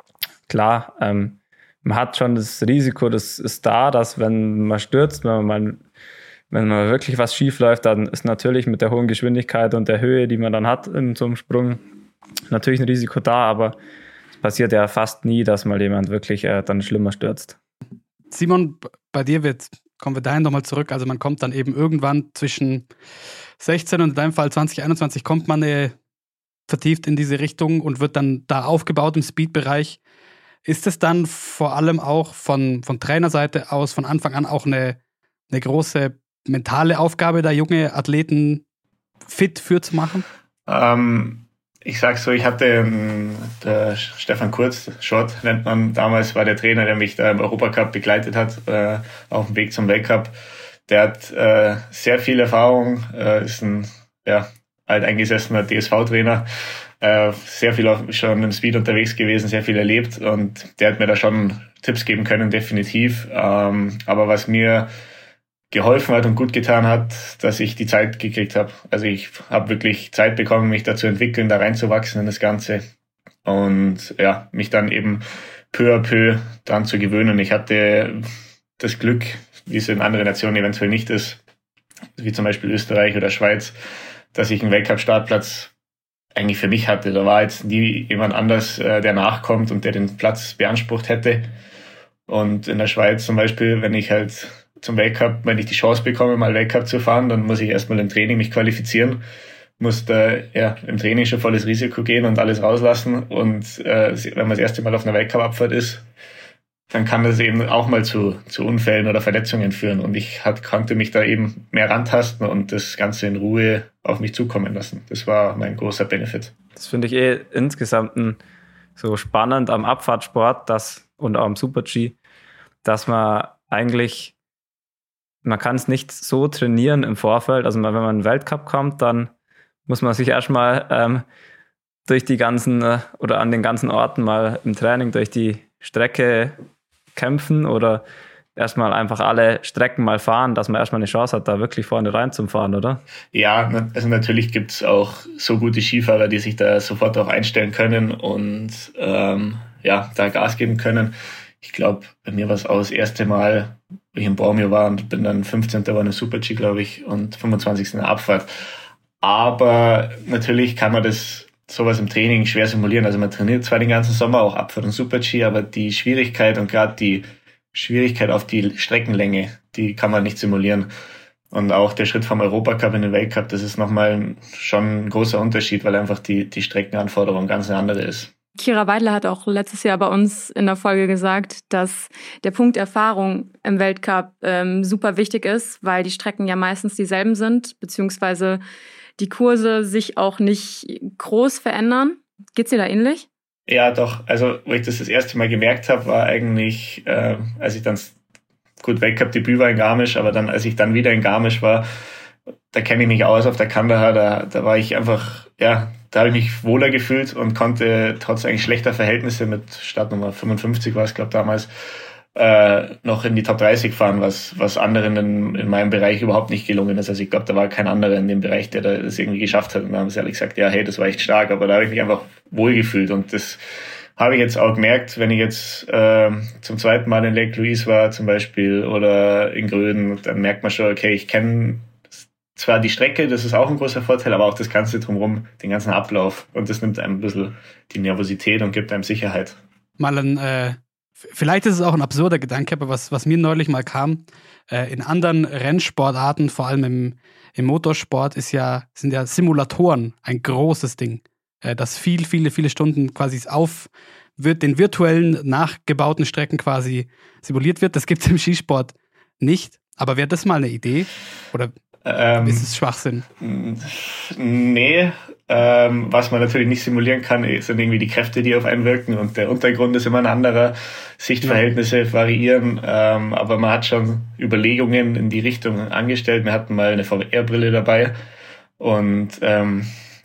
klar, ähm, man hat schon das Risiko, das ist da, dass wenn man stürzt, wenn man mal, wenn man wirklich was schief läuft, dann ist natürlich mit der hohen Geschwindigkeit und der Höhe, die man dann hat in so einem Sprung, natürlich ein Risiko da, aber es passiert ja fast nie, dass mal jemand wirklich äh, dann schlimmer stürzt. Simon, bei dir wird, kommen wir dahin nochmal zurück, also man kommt dann eben irgendwann zwischen sechzehn und in deinem Fall zwanzig einundzwanzig kommt man äh, vertieft in diese Richtung und wird dann da aufgebaut im Speed-Bereich. Ist es dann vor allem auch von, von Trainerseite aus von Anfang an auch eine, eine große mentale Aufgabe, da junge Athleten fit für zu machen? Ähm, ich sag's so, ich hatte ähm, der Stefan Kurz, Schott nennt man, damals war der Trainer, der mich da im Europacup begleitet hat, äh, auf dem Weg zum Weltcup. Der hat äh, sehr viel Erfahrung, äh, ist ein ja, alteingesessener D S V-Trainer, äh, sehr viel auch schon im Speed unterwegs gewesen, sehr viel erlebt und der hat mir da schon Tipps geben können, definitiv. Ähm, aber was mir geholfen hat und gut getan hat, dass ich die Zeit gekriegt habe. Also ich habe wirklich Zeit bekommen, mich da zu entwickeln, da reinzuwachsen in das Ganze und ja, mich dann eben peu à peu daran zu gewöhnen. Ich hatte das Glück, wie es in anderen Nationen eventuell nicht ist, wie zum Beispiel Österreich oder Schweiz, dass ich einen Weltcup-Startplatz eigentlich für mich hatte. Da war jetzt nie jemand anders, äh, der nachkommt und der den Platz beansprucht hätte. Und in der Schweiz zum Beispiel, wenn ich halt zum Weltcup, wenn ich die Chance bekomme, mal Weltcup zu fahren, dann muss ich erstmal im Training mich qualifizieren, muss da ja, im Training schon volles Risiko gehen und alles rauslassen. Und äh, wenn man das erste Mal auf einer Weltcup-Abfahrt ist, dann kann das eben auch mal zu, zu Unfällen oder Verletzungen führen. Und ich hat, konnte mich da eben mehr rantasten und das Ganze in Ruhe auf mich zukommen lassen. Das war mein großer Benefit. Das finde ich eh insgesamt ein, so spannend am Abfahrtsport dass, und auch am Super-G, dass man eigentlich, man kann es nicht so trainieren im Vorfeld. Also wenn man in den Weltcup kommt, dann muss man sich erstmal ähm, durch die ganzen äh, oder an den ganzen Orten mal im Training durch die Strecke kämpfen oder erstmal einfach alle Strecken mal fahren, dass man erstmal eine Chance hat, da wirklich vorne rein zu fahren, oder? Ja, also natürlich gibt es auch so gute Skifahrer, die sich da sofort auch einstellen können und ähm, ja, da Gas geben können. Ich glaube, bei mir war es auch das erste Mal, wo ich in Bormio war und bin dann fünfzehnter war in der Super-G, glaube ich, und fünfundzwanzigster in der Abfahrt. Aber natürlich kann man das sowas im Training schwer simulieren. Also man trainiert zwar den ganzen Sommer auch Abfahrt und Super-G, aber die Schwierigkeit und gerade die Schwierigkeit auf die Streckenlänge, die kann man nicht simulieren. Und auch der Schritt vom Europacup in den Weltcup, das ist nochmal schon ein großer Unterschied, weil einfach die, die Streckenanforderung ganz eine andere ist. Kira Weidler hat auch letztes Jahr bei uns in der Folge gesagt, dass der Punkt Erfahrung im Weltcup ähm, super wichtig ist, weil die Strecken ja meistens dieselben sind, beziehungsweise die Kurse sich auch nicht groß verändern. Geht's dir da ähnlich? Ja, doch. Also, wo ich das das erste Mal gemerkt habe, war eigentlich, äh, als ich dann, gut, Weltcup-Debüt war in Garmisch, aber dann, als ich dann wieder in Garmisch war, da kenne ich mich aus auf der Kandahar, da, da war ich einfach, ja, da habe ich mich wohler gefühlt und konnte trotz eigentlich schlechter Verhältnisse mit Startnummer fünfundfünfzig war es, glaube ich, damals, äh, noch in die Top dreißig fahren, was, was anderen in, in meinem Bereich überhaupt nicht gelungen ist. Also ich glaube, da war kein anderer in dem Bereich, der das irgendwie geschafft hat. Und da haben sie alle gesagt, ja, hey, das war echt stark, aber da habe ich mich einfach wohl gefühlt. Und das habe ich jetzt auch gemerkt, wenn ich jetzt äh, zum zweiten Mal in Lake Louise war zum Beispiel oder in Gröden, dann merkt man schon, okay, ich kenne zwar die Strecke, das ist auch ein großer Vorteil, aber auch das Ganze drumherum, den ganzen Ablauf. Und das nimmt einem ein bisschen die Nervosität und gibt einem Sicherheit. Mal ein, äh, vielleicht ist es auch ein absurder Gedanke, aber was, was mir neulich mal kam, äh, in anderen Rennsportarten, vor allem im, im Motorsport, ist ja, sind ja Simulatoren ein großes Ding. Äh, dass viel, viele, viele Stunden quasi auf wird, den virtuellen, nachgebauten Strecken quasi simuliert wird. Das gibt es im Skisport nicht. Aber wäre das mal eine Idee? Oder Ähm, ist es Schwachsinn? Nee, ähm, was man natürlich nicht simulieren kann, sind irgendwie die Kräfte, die auf einen wirken und der Untergrund ist immer ein anderer, Sichtverhältnisse ja. variieren, ähm, aber man hat schon Überlegungen in die Richtung angestellt. Wir hatten mal eine V R-Brille dabei und ähm,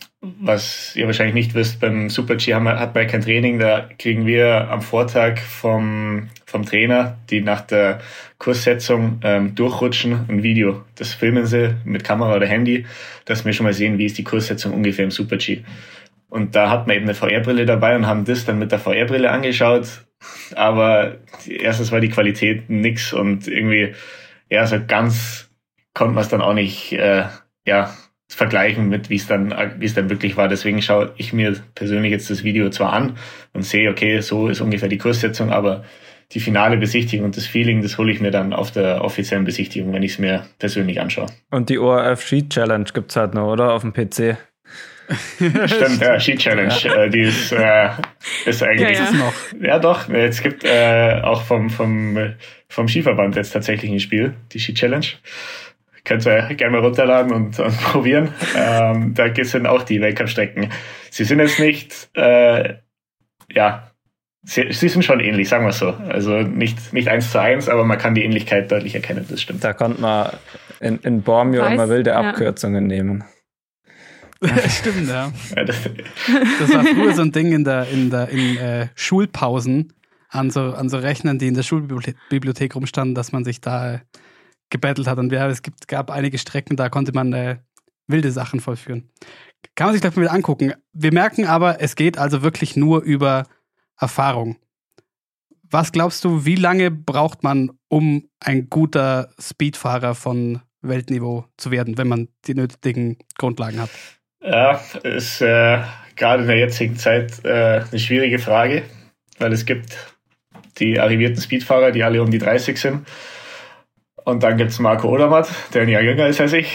was ihr wahrscheinlich nicht wisst, beim Super-G haben wir, hat man ja kein Training, da kriegen wir am Vortag vom, vom Trainer, die nach der Kurssetzung ähm, durchrutschen, ein Video. Das filmen sie mit Kamera oder Handy, dass wir schon mal sehen, wie ist die Kurssetzung ungefähr im Super-G. Und da hat man eben eine V R-Brille dabei und haben das dann mit der V R-Brille angeschaut, aber erstens war die Qualität nix und irgendwie, ja, so ganz konnte man es dann auch nicht, äh, ja, vergleichen mit, wie es dann, wie es dann wirklich war. Deswegen schaue ich mir persönlich jetzt das Video zwar an und sehe, okay, so ist ungefähr die Kurssetzung, aber die finale Besichtigung und das Feeling, das hole ich mir dann auf der offiziellen Besichtigung, wenn ich es mir persönlich anschaue. Und die O R F Ski Challenge gibt's halt noch, oder? Auf dem P C. Stimmt, ja, Ski Challenge, ja. Die ist, äh, ist eigentlich. Ja, ja. noch. Ja, doch. Es gibt äh, auch vom, vom, vom Skiverband jetzt tatsächlich ein Spiel, die Ski Challenge. Könnt ihr gerne mal runterladen und, und probieren. Ähm, da sind auch die Weltcup-Strecken. Sie sind jetzt nicht, äh, ja, sie, sie sind schon ähnlich, sagen wir es so. Also nicht, nicht eins zu eins, aber man kann die Ähnlichkeit deutlich erkennen, das stimmt. Da konnte man in, in Bormio Weiß, immer wilde ja. Abkürzungen nehmen. Stimmt, ja. Ja, das, Das war früher so ein Ding in der, in der, in äh, Schulpausen an so, an so Rechnern, die in der Schulbibliothek rumstanden, dass man sich da äh, gebettelt hat. Und ja, es gibt, gab einige Strecken, da konnte man äh, wilde Sachen vollführen. Kann man sich gleich mal angucken. Wir merken aber, es geht also wirklich nur über Erfahrung. Was glaubst du, wie lange braucht man, um ein guter Speedfahrer von Weltniveau zu werden, wenn man die nötigen Grundlagen hat? ja, ist äh, gerade in der jetzigen Zeit äh, eine schwierige Frage, weil es gibt die arrivierten Speedfahrer, die alle um die dreißig sind. Und dann gibt's Marco Odermatt, der ein Jahr jünger ist als ich.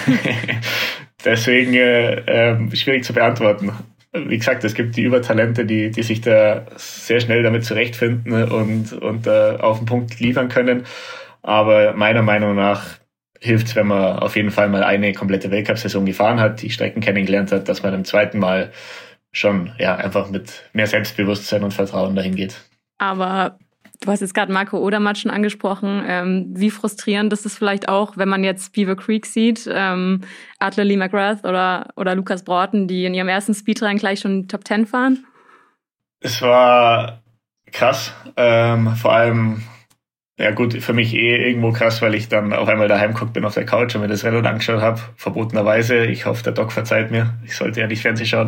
Deswegen äh, äh, schwierig zu beantworten. Wie gesagt, es gibt die Übertalente, die, die sich da sehr schnell damit zurechtfinden und, und äh, auf den Punkt liefern können. Aber meiner Meinung nach hilft's, wenn man auf jeden Fall mal eine komplette Weltcup-Saison gefahren hat, die Strecken kennengelernt hat, dass man im zweiten Mal schon ja einfach mit mehr Selbstbewusstsein und Vertrauen dahin geht. Aber du hast jetzt gerade Marco Odermatt schon angesprochen. Ähm, wie frustrierend ist es vielleicht auch, wenn man jetzt Beaver Creek sieht, ähm, Adler Lee McGrath oder, oder Lukas Broughton, die in ihrem ersten Speedrennen gleich schon Top Ten fahren? Es war krass. Ähm, vor allem, ja gut, für mich eh irgendwo krass, weil ich dann auf einmal daheim geguckt bin auf der Couch und mir das Rennen angeschaut habe. Verbotenerweise. Ich hoffe, der Doc verzeiht mir. Ich sollte ja nicht Fernsehen schauen.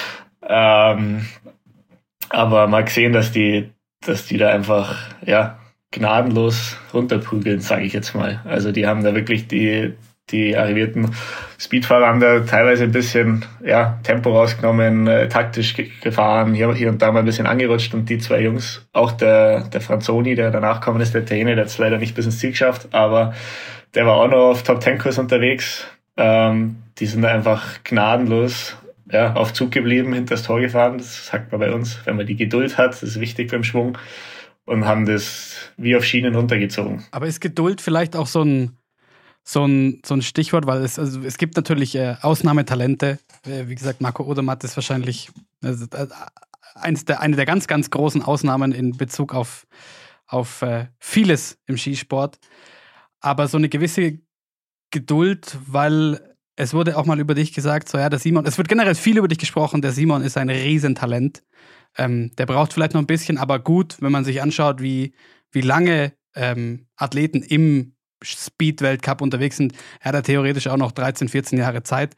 Ähm, aber mal gesehen, dass die dass die da einfach, ja, gnadenlos runterprügeln, sage ich jetzt mal. Also die haben da wirklich die, die arrivierten Speedfahrer haben da teilweise ein bisschen, ja, Tempo rausgenommen, äh, taktisch ge- gefahren, hier, hier und da mal ein bisschen angerutscht und die zwei Jungs, auch der, der Franzoni, der danach gekommen ist, der Italiener, der hat es leider nicht bis ins Ziel geschafft, aber der war auch noch auf Top-Ten-Kurs unterwegs. Ähm, die sind einfach gnadenlos ja, auf Zug geblieben, hinter das Tor gefahren. Das sagt man bei uns, wenn man die Geduld hat, das ist wichtig beim Schwung. Und haben das wie auf Schienen runtergezogen. Aber ist Geduld vielleicht auch so ein, so ein, so ein Stichwort? Weil es, also es gibt natürlich äh, Ausnahmetalente. Äh, wie gesagt, Marco Odermatt ist wahrscheinlich also, äh, eins der, eine der ganz, ganz großen Ausnahmen in Bezug auf, auf äh, vieles im Skisport. Aber so eine gewisse Geduld, weil es wurde auch mal über dich gesagt, so ja, der Simon, es wird generell viel über dich gesprochen, der Simon ist ein Riesentalent. Ähm, der braucht vielleicht noch ein bisschen, aber gut, wenn man sich anschaut, wie, wie lange ähm, Athleten im Speed-Weltcup unterwegs sind, er hat er theoretisch auch noch dreizehn, vierzehn Jahre Zeit.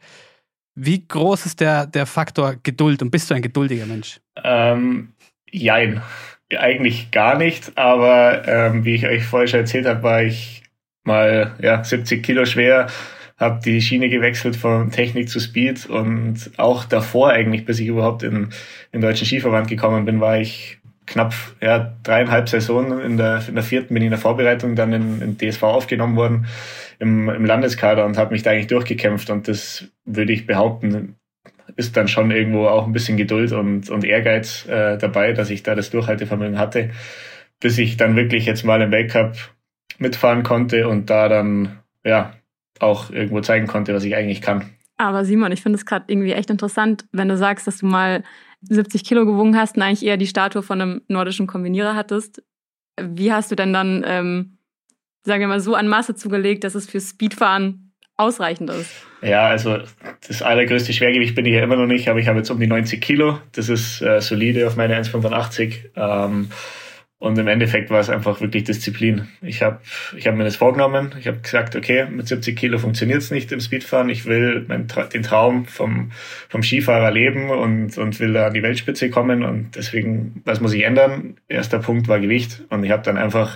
Wie groß ist der, der Faktor Geduld und bist du ein geduldiger Mensch? Ähm, jein, eigentlich gar nicht, aber ähm, wie ich euch vorher schon erzählt habe, war ich mal ja, siebzig Kilo schwer, habe die Schiene gewechselt von Technik zu Speed und auch davor eigentlich, bis ich überhaupt in den Deutschen Skiverband gekommen bin, war ich knapp ja, dreieinhalb Saisonen. In der, in der vierten bin ich in der Vorbereitung dann in, in D S V aufgenommen worden im, im Landeskader und habe mich da eigentlich durchgekämpft und das würde ich behaupten, ist dann schon irgendwo auch ein bisschen Geduld und, und Ehrgeiz äh, dabei, dass ich da das Durchhaltevermögen hatte, bis ich dann wirklich jetzt mal im Weltcup mitfahren konnte und da dann ja auch irgendwo zeigen konnte, was ich eigentlich kann. Aber Simon, ich finde es gerade irgendwie echt interessant, wenn du sagst, dass du mal siebzig Kilo gewogen hast und eigentlich eher die Statue von einem nordischen Kombinierer hattest. Wie hast du denn dann, ähm, sagen wir mal, so an Masse zugelegt, dass es für Speedfahren ausreichend ist? Ja, also das allergrößte Schwergewicht bin ich ja immer noch nicht, aber ich habe jetzt um die neunzig Kilo. Das ist äh, solide auf meine eins Komma fünfundachtzig. Ähm, Und im Endeffekt war es einfach wirklich Disziplin. Ich habe ich hab mir das vorgenommen. Ich habe gesagt, okay, mit siebzig Kilo funktioniert es nicht im Speedfahren. Ich will mein, den Traum vom, vom Skifahrer leben und, und will da an die Weltspitze kommen. Und deswegen, was muss ich ändern? Erster Punkt war Gewicht. Und ich habe dann einfach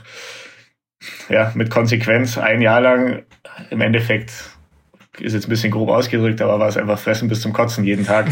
ja mit Konsequenz ein Jahr lang, im Endeffekt ist jetzt ein bisschen grob ausgedrückt, aber war es einfach fressen bis zum Kotzen jeden Tag.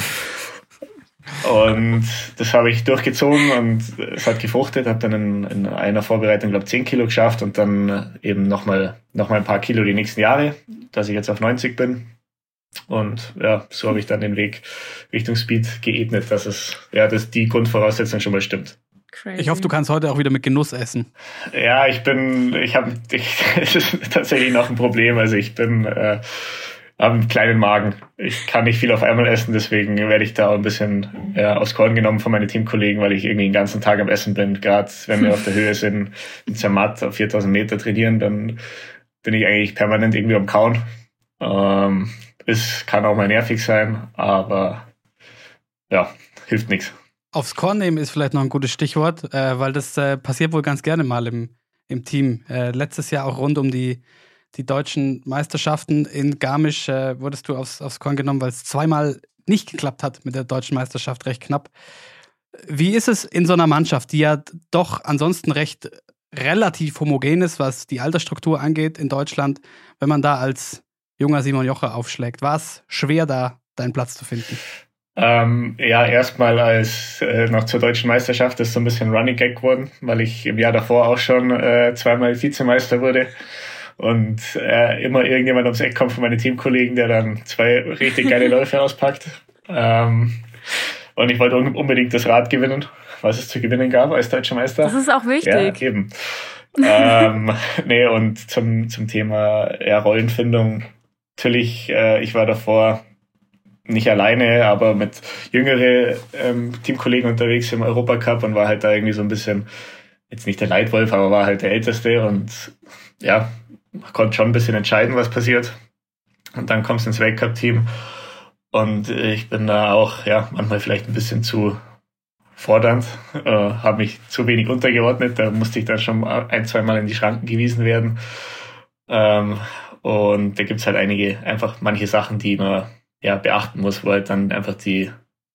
Und das habe ich durchgezogen und es hat gefruchtet, habe dann in, in einer Vorbereitung, glaube ich, zehn Kilo geschafft und dann eben nochmal noch mal ein paar Kilo die nächsten Jahre, dass ich jetzt auf neunzig bin. Und ja, so habe ich dann den Weg Richtung Speed geebnet, dass es, ja, dass die Grundvoraussetzung schon mal stimmt. Crazy. Ich hoffe, du kannst heute auch wieder mit Genuss essen. Ja, ich bin, ich habe, es ist tatsächlich noch ein Problem. Also ich bin, äh, habe einen kleinen Magen. Ich kann nicht viel auf einmal essen, deswegen werde ich da auch ein bisschen ja, aufs Korn genommen von meinen Teamkollegen, weil ich irgendwie den ganzen Tag am Essen bin. Gerade wenn wir auf der Höhe sind, in Zermatt auf viertausend Meter trainieren, dann bin ich eigentlich permanent irgendwie am Kauen. Ähm, es kann auch mal nervig sein, aber ja, hilft nichts. Aufs Korn nehmen ist vielleicht noch ein gutes Stichwort, äh, weil das äh, passiert wohl ganz gerne mal im, im Team. Äh, letztes Jahr auch rund um die Die deutschen Meisterschaften in Garmisch äh, wurdest du aufs, aufs Korn genommen, weil es zweimal nicht geklappt hat mit der deutschen Meisterschaft, recht knapp. Wie ist es in so einer Mannschaft, die ja doch ansonsten recht relativ homogen ist, was die Altersstruktur angeht in Deutschland, wenn man da als junger Simon Jocher aufschlägt? War es schwer, da deinen Platz zu finden? Ähm, ja, erstmal als äh, noch zur deutschen Meisterschaft ist so ein bisschen Running Gag geworden, weil ich im Jahr davor auch schon äh, zweimal Vizemeister wurde. Und äh, immer irgendjemand ums Eck kommt von meinen Teamkollegen, der dann zwei richtig geile Läufe auspackt. Ähm, und ich wollte un- unbedingt das Rad gewinnen, was es zu gewinnen gab als deutscher Meister. Das ist auch wichtig. Ja, eben. ähm, nee, und zum, zum Thema ja, Rollenfindung. Natürlich, äh, ich war davor nicht alleine, aber mit jüngeren ähm, Teamkollegen unterwegs im Europacup und war halt da irgendwie so ein bisschen, jetzt nicht der Leitwolf, aber war halt der Älteste und ja, man konnte schon ein bisschen entscheiden, was passiert. Und dann kommst du ins Weltcup-Team und ich bin da auch ja manchmal vielleicht ein bisschen zu fordernd, äh, habe mich zu wenig untergeordnet, da musste ich dann schon ein, zwei Mal in die Schranken gewiesen werden. Ähm, und da gibt's halt einige, einfach manche Sachen, die man ja beachten muss, wo halt dann einfach die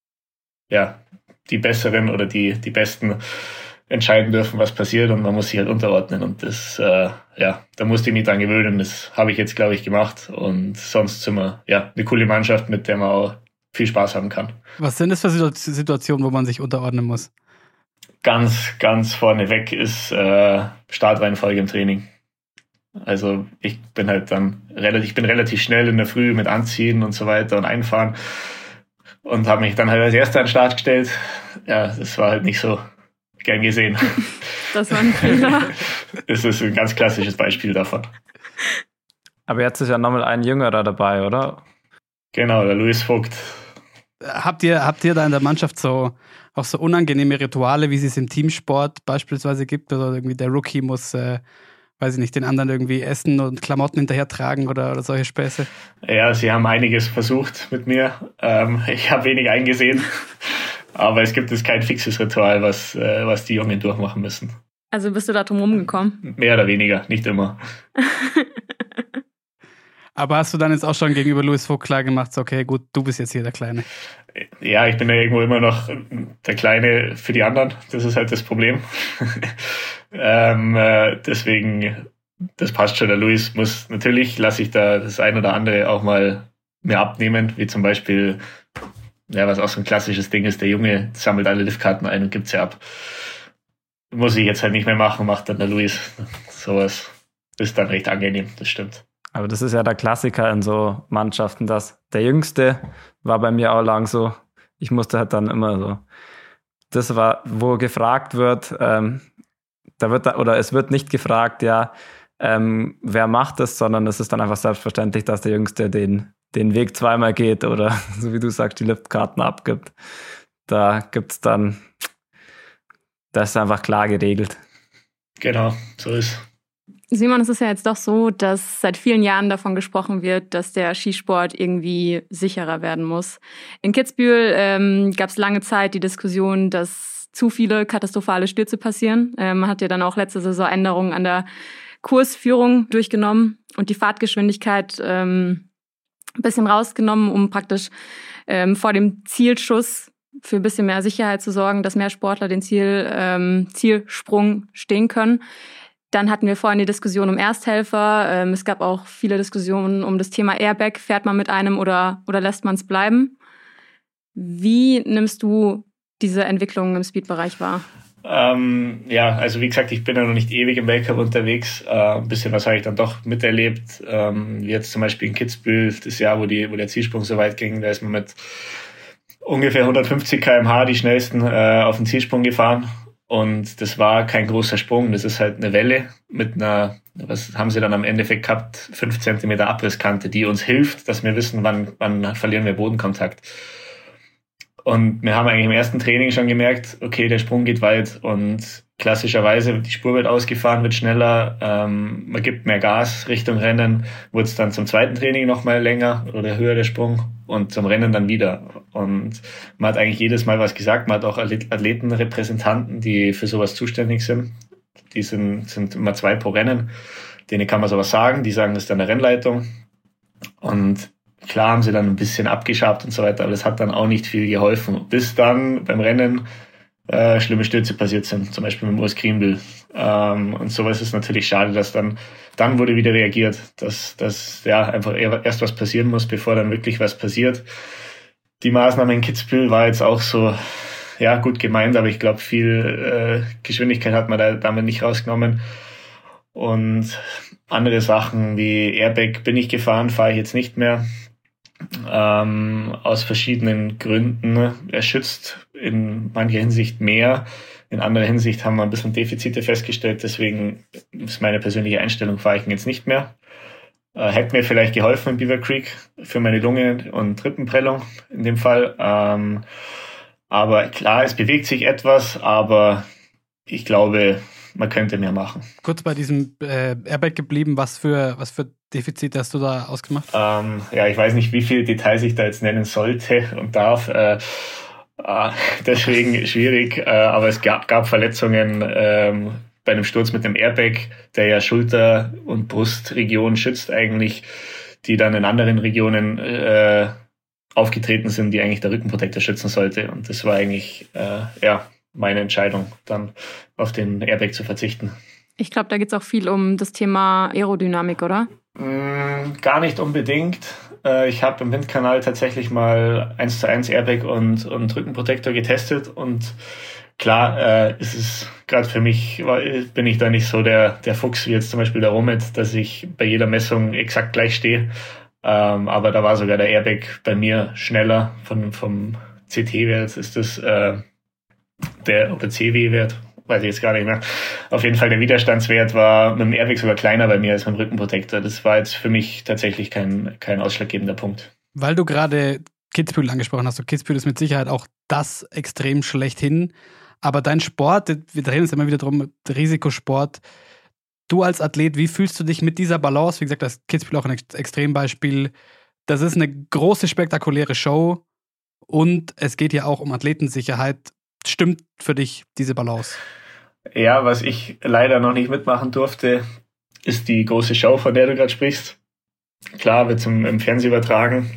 ja die Besseren oder die die Besten entscheiden dürfen, was passiert und man muss sich halt unterordnen und das, äh, ja, da musste ich mich dran gewöhnen, das habe ich jetzt, glaube ich, gemacht und sonst sind wir, ja, eine coole Mannschaft, mit der man auch viel Spaß haben kann. Was sind das für Situationen, wo man sich unterordnen muss? Ganz, ganz vorneweg ist äh, Startreihenfolge im Training. Also ich bin halt dann relativ, ich bin relativ schnell in der Früh mit Anziehen und so weiter und Einfahren und habe mich dann halt als Erster an den Start gestellt. Ja, das war halt nicht so gern gesehen. Das war ein Fehler. Das ist ein ganz klassisches Beispiel davon. Aber jetzt ist ja nochmal ein Jüngerer dabei, oder? Genau, der Luis Vogt. Habt ihr, habt ihr da in der Mannschaft so auch so unangenehme Rituale, wie es im Teamsport beispielsweise gibt? Oder irgendwie der Rookie muss, äh, weiß ich nicht, den anderen irgendwie Essen und Klamotten hinterher tragen oder, oder solche Späße? Ja, sie haben einiges versucht mit mir. Ähm, ich habe wenig eingesehen. Aber es gibt jetzt kein fixes Ritual, was, äh, was die Jungen durchmachen müssen. Also bist du da drum rumgekommen? Mehr oder weniger, nicht immer. Aber hast du dann jetzt auch schon gegenüber Luis Vogt klar gemacht, so, okay, gut, du bist jetzt hier der Kleine? Ja, ich bin ja irgendwo immer noch der Kleine für die anderen. Das ist halt das Problem. ähm, äh, deswegen, das passt schon. Der Luis muss, natürlich lasse ich da das ein oder andere auch mal mehr abnehmen, wie zum Beispiel, ja, was auch so ein klassisches Ding ist, der Junge sammelt alle Liftkarten ein und gibt sie ab. Muss ich jetzt halt nicht mehr machen, macht dann der Luis. Sowas ist dann recht angenehm, das stimmt. Aber das ist ja der Klassiker in so Mannschaften, dass der Jüngste war bei mir auch lang so. Ich musste halt dann immer so. Das war, wo gefragt wird, ähm, da wird da, oder es wird nicht gefragt, ja, ähm, wer macht das, sondern es ist dann einfach selbstverständlich, dass der Jüngste den, den Weg zweimal geht oder, so wie du sagst, die Liftkarten abgibt. Da gibt's dann, das ist einfach klar geregelt. Genau, so ist. Simon, es ist ja jetzt doch so, dass seit vielen Jahren davon gesprochen wird, dass der Skisport irgendwie sicherer werden muss. In Kitzbühel ähm, gab es lange Zeit die Diskussion, dass zu viele katastrophale Stürze passieren. Ähm, man hat ja dann auch letzte Saison Änderungen an der Kursführung durchgenommen und die Fahrtgeschwindigkeit ähm, ein bisschen rausgenommen, um praktisch ähm, vor dem Zielschuss für ein bisschen mehr Sicherheit zu sorgen, dass mehr Sportler den Ziel, ähm, Zielsprung stehen können. Dann hatten wir vorhin die Diskussion um Ersthelfer. Ähm, es gab auch viele Diskussionen um das Thema Airbag. Fährt man mit einem oder, oder lässt man es bleiben? Wie nimmst du diese Entwicklungen im Speed-Bereich wahr? Ähm, ja, also wie gesagt, ich bin ja noch nicht ewig im Weltcup unterwegs. Äh, ein bisschen was habe ich dann doch miterlebt. Ähm, wie jetzt zum Beispiel in Kitzbühel, das Jahr, wo, die, wo der Zielsprung so weit ging, da ist man mit ungefähr hundertfünfzig Kilometer pro Stunde die schnellsten äh, auf den Zielsprung gefahren. Und das war kein großer Sprung, das ist halt eine Welle mit einer, was haben sie dann am Endeffekt gehabt, fünf Zentimeter Abrisskante, die uns hilft, dass wir wissen, wann, wann verlieren wir Bodenkontakt. Und wir haben eigentlich im ersten Training schon gemerkt, okay, der Sprung geht weit und klassischerweise die Spur wird ausgefahren, wird schneller, ähm, man gibt mehr Gas Richtung Rennen, wurde es dann zum zweiten Training nochmal länger oder höher der Sprung und zum Rennen dann wieder. Und man hat eigentlich jedes Mal was gesagt, man hat auch Athletenrepräsentanten, die für sowas zuständig sind. Die sind, sind immer zwei pro Rennen, denen kann man sowas sagen, die sagen das dann der Rennleitung. Und klar haben sie dann ein bisschen abgeschabt und so weiter, aber das hat dann auch nicht viel geholfen. Bis dann beim Rennen äh, schlimme Stürze passiert sind, zum Beispiel mit dem Urs Kriembühl. Ähm, und sowas ist natürlich schade, dass dann, dann wurde wieder reagiert, dass, dass ja einfach erst was passieren muss, bevor dann wirklich was passiert. Die Maßnahme in Kitzbühel war jetzt auch so, ja, gut gemeint, aber ich glaube, viel äh, Geschwindigkeit hat man da damit nicht rausgenommen. Und andere Sachen wie Airbag bin ich gefahren, fahre ich jetzt nicht mehr. Ähm, aus verschiedenen Gründen. Er schützt in mancher Hinsicht mehr. In anderer Hinsicht haben wir ein bisschen Defizite festgestellt. Deswegen ist meine persönliche Einstellung, fahre ich ihn jetzt nicht mehr. Äh, hätte mir vielleicht geholfen in Beaver Creek für meine Lunge und Rippenprellung in dem Fall. Ähm, aber klar, es bewegt sich etwas, aber ich glaube, man könnte mehr machen. Kurz bei diesem äh, Airbag geblieben, was für, was für Defizite hast du da ausgemacht? Ähm, ja, ich weiß nicht, wie viele Details ich da jetzt nennen sollte und darf. Äh, äh, deswegen schwierig, äh, aber es gab, gab Verletzungen ähm, bei einem Sturz mit dem Airbag, der ja Schulter- und Brustregion schützt eigentlich, die dann in anderen Regionen äh, aufgetreten sind, die eigentlich der Rückenprotektor schützen sollte. Und das war eigentlich, äh, ja, meine Entscheidung, dann auf den Airbag zu verzichten. Ich glaube, da geht es auch viel um das Thema Aerodynamik, oder? Mm, gar nicht unbedingt. Äh, ich habe im Windkanal tatsächlich mal eins zu eins Airbag und, und Rückenprotektor getestet und klar äh, ist es gerade für mich, bin ich da nicht so der, der Fuchs wie jetzt zum Beispiel der Romet, dass ich bei jeder Messung exakt gleich stehe. Ähm, aber da war sogar der Airbag bei mir schneller von, vom C T-Wert ist das äh, der oder C W-Wert, weiß ich jetzt gar nicht mehr. Auf jeden Fall der Widerstandswert war mit dem Airbag sogar kleiner bei mir als beim Rückenprotektor. Das war jetzt für mich tatsächlich kein, kein ausschlaggebender Punkt. Weil du gerade Kitzbühel angesprochen hast. So Kitzbühel ist mit Sicherheit auch das extrem schlechthin. Aber dein Sport, wir drehen uns immer wieder drum, Risikosport. Du als Athlet, wie fühlst du dich mit dieser Balance? Wie gesagt, das Kitzbühel auch ein Extrembeispiel. Das ist eine große, spektakuläre Show und es geht ja auch um Athletensicherheit. Stimmt für dich diese Balance? Ja, was ich leider noch nicht mitmachen durfte, ist die große Show, von der du gerade sprichst. Klar, wird zum im Fernsehen übertragen,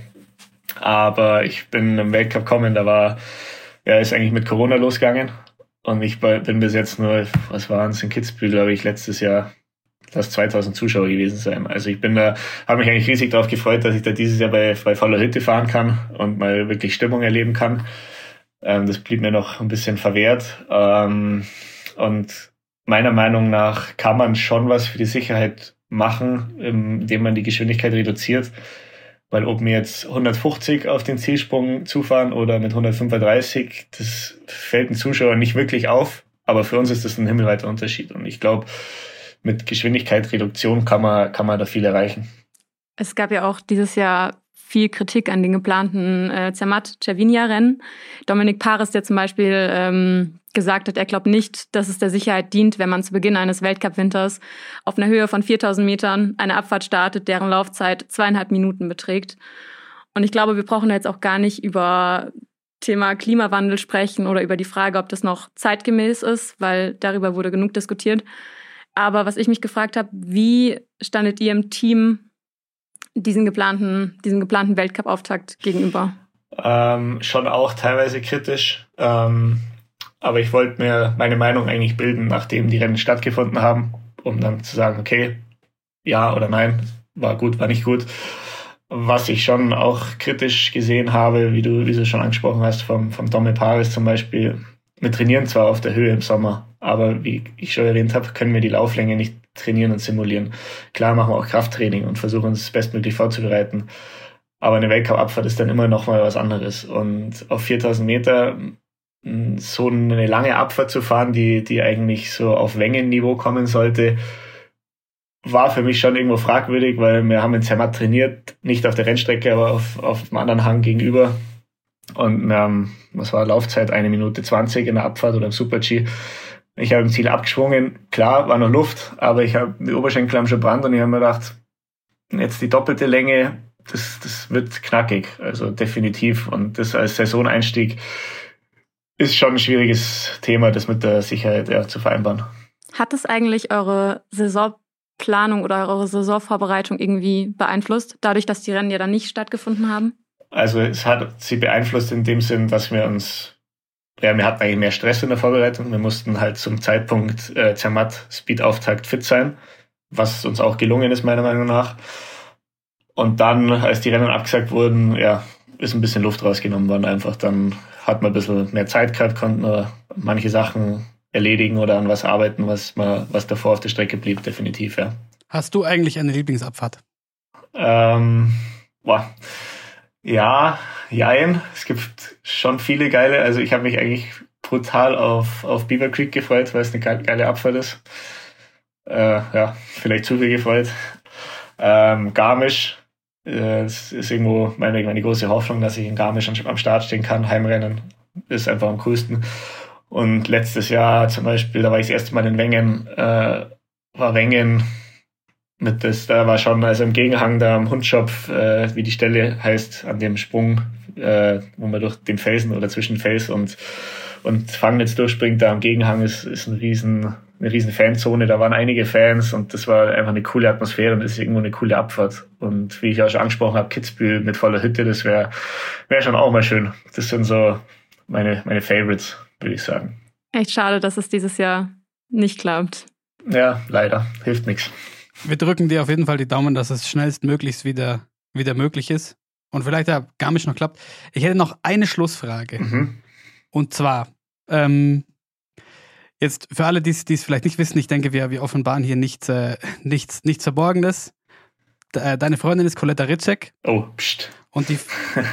aber ich bin im Weltcup gekommen, da war, ja, ist eigentlich mit Corona losgegangen und ich bin bis jetzt nur, was waren es in Kitzbühel, glaube ich, letztes Jahr, das zweitausend Zuschauer gewesen sein. Also ich bin da, habe mich eigentlich riesig darauf gefreut, dass ich da dieses Jahr bei, bei voller Hütte fahren kann und mal wirklich Stimmung erleben kann. Ähm, das blieb mir noch ein bisschen verwehrt. Ähm, und meiner Meinung nach kann man schon was für die Sicherheit machen, indem man die Geschwindigkeit reduziert. Weil ob mir jetzt hundertfünfzig auf den Zielsprung zufahren oder mit hundertfünfunddreißig, das fällt den Zuschauern nicht wirklich auf. Aber für uns ist das ein himmelweiter Unterschied. Und ich glaube, mit Geschwindigkeitsreduktion kann man, kann man da viel erreichen. Es gab ja auch dieses Jahr viel Kritik an den geplanten äh, Zermatt-Cervinia-Rennen. Dominik Paris, der zum Beispiel ähm, gesagt hat, er glaubt nicht, dass es der Sicherheit dient, wenn man zu Beginn eines Weltcup-Winters auf einer Höhe von viertausend Metern eine Abfahrt startet, deren Laufzeit zweieinhalb Minuten beträgt. Und ich glaube, wir brauchen da jetzt auch gar nicht über Thema Klimawandel sprechen oder über die Frage, ob das noch zeitgemäß ist, weil darüber wurde genug diskutiert. Aber was ich mich gefragt habe, wie standet ihr im Team diesen geplanten, diesen geplanten Weltcup-Auftakt gegenüber? Ähm, schon auch teilweise kritisch. Ähm, aber ich wollte mir meine Meinung eigentlich bilden, nachdem die Rennen stattgefunden haben, um dann zu sagen, okay, ja oder nein, war gut, war nicht gut. Was ich schon auch kritisch gesehen habe, wie du, wie du schon angesprochen hast, vom, vom Domme Paris zum Beispiel, wir trainieren zwar auf der Höhe im Sommer, aber wie ich schon erwähnt habe, können wir die Lauflänge nicht trainieren und simulieren. Klar machen wir auch Krafttraining und versuchen uns bestmöglich vorzubereiten, aber eine Weltcup-Abfahrt ist dann immer noch mal was anderes. Und auf viertausend Meter so eine lange Abfahrt zu fahren, die, die eigentlich so auf Wengenniveau kommen sollte, war für mich schon irgendwo fragwürdig, weil wir haben in Zermatt trainiert, nicht auf der Rennstrecke, aber auf, auf dem anderen Hang gegenüber. Und wir haben, was war Laufzeit, eine Minute zwanzig in der Abfahrt oder im Super-G. Ich habe im Ziel abgeschwungen, klar, war noch Luft, aber ich habe die Oberschenkel haben schon gebrannt und ich habe mir gedacht, jetzt die doppelte Länge, das, das wird knackig, also definitiv. Und das als Saisoneinstieg ist schon ein schwieriges Thema, das mit der Sicherheit ja, zu vereinbaren. Hat es eigentlich eure Saisonplanung oder eure Saisonvorbereitung irgendwie beeinflusst, dadurch, dass die Rennen ja dann nicht stattgefunden haben? Also es hat sie beeinflusst in dem Sinn, dass wir uns, ja, wir hatten eigentlich mehr Stress in der Vorbereitung. Wir mussten halt zum Zeitpunkt äh, Zermatt Speed-Auftakt fit sein, was uns auch gelungen ist, meiner Meinung nach. Und dann, als die Rennen abgesagt wurden, ja, ist ein bisschen Luft rausgenommen worden einfach. Dann hat man ein bisschen mehr Zeit gehabt, konnten wir manche Sachen erledigen oder an was arbeiten, was man, was davor auf der Strecke blieb, definitiv, ja. Hast du eigentlich eine Lieblingsabfahrt? Ähm, boah. Ja, jein. Es gibt schon viele geile. Also ich habe mich eigentlich brutal auf, auf Beaver Creek gefreut, weil es eine geile, geile Abfahrt ist. Äh, ja, vielleicht zu viel gefreut. Ähm, Garmisch. Äh, es ist irgendwo meine, meine große Hoffnung, dass ich in Garmisch am, am Start stehen kann. Heimrennen ist einfach am coolsten. Und letztes Jahr zum Beispiel, da war ich das erste Mal in Wengen, äh, war Wengen mit das, da war schon, also im Gegenhang da am Hundschopf, äh, wie die Stelle heißt, an dem Sprung, äh, wo man durch den Felsen oder zwischen Fels und, und Fangnetz durchspringt, da am Gegenhang ist, ist ein riesen, eine riesen Fanzone, da waren einige Fans und das war einfach eine coole Atmosphäre und ist irgendwo eine coole Abfahrt. Und wie ich auch schon angesprochen habe, Kitzbühel mit voller Hütte, das wäre wäre schon auch mal schön. Das sind so meine, meine Favorites, würde ich sagen. Echt schade, dass es dieses Jahr nicht klappt. Ja, leider. Hilft nichts. Wir drücken dir auf jeden Fall die Daumen, dass es schnellstmöglichst wieder, wieder möglich ist. Und vielleicht ja Garmisch noch klappt. Ich hätte noch eine Schlussfrage. Mhm. Und zwar, ähm, Jetzt für alle, die es vielleicht nicht wissen, ich denke, wir, wir offenbaren hier nichts, äh, nichts, nichts Verborgenes. De, deine Freundin ist Coletta Ritzek. Oh, pst. Und die,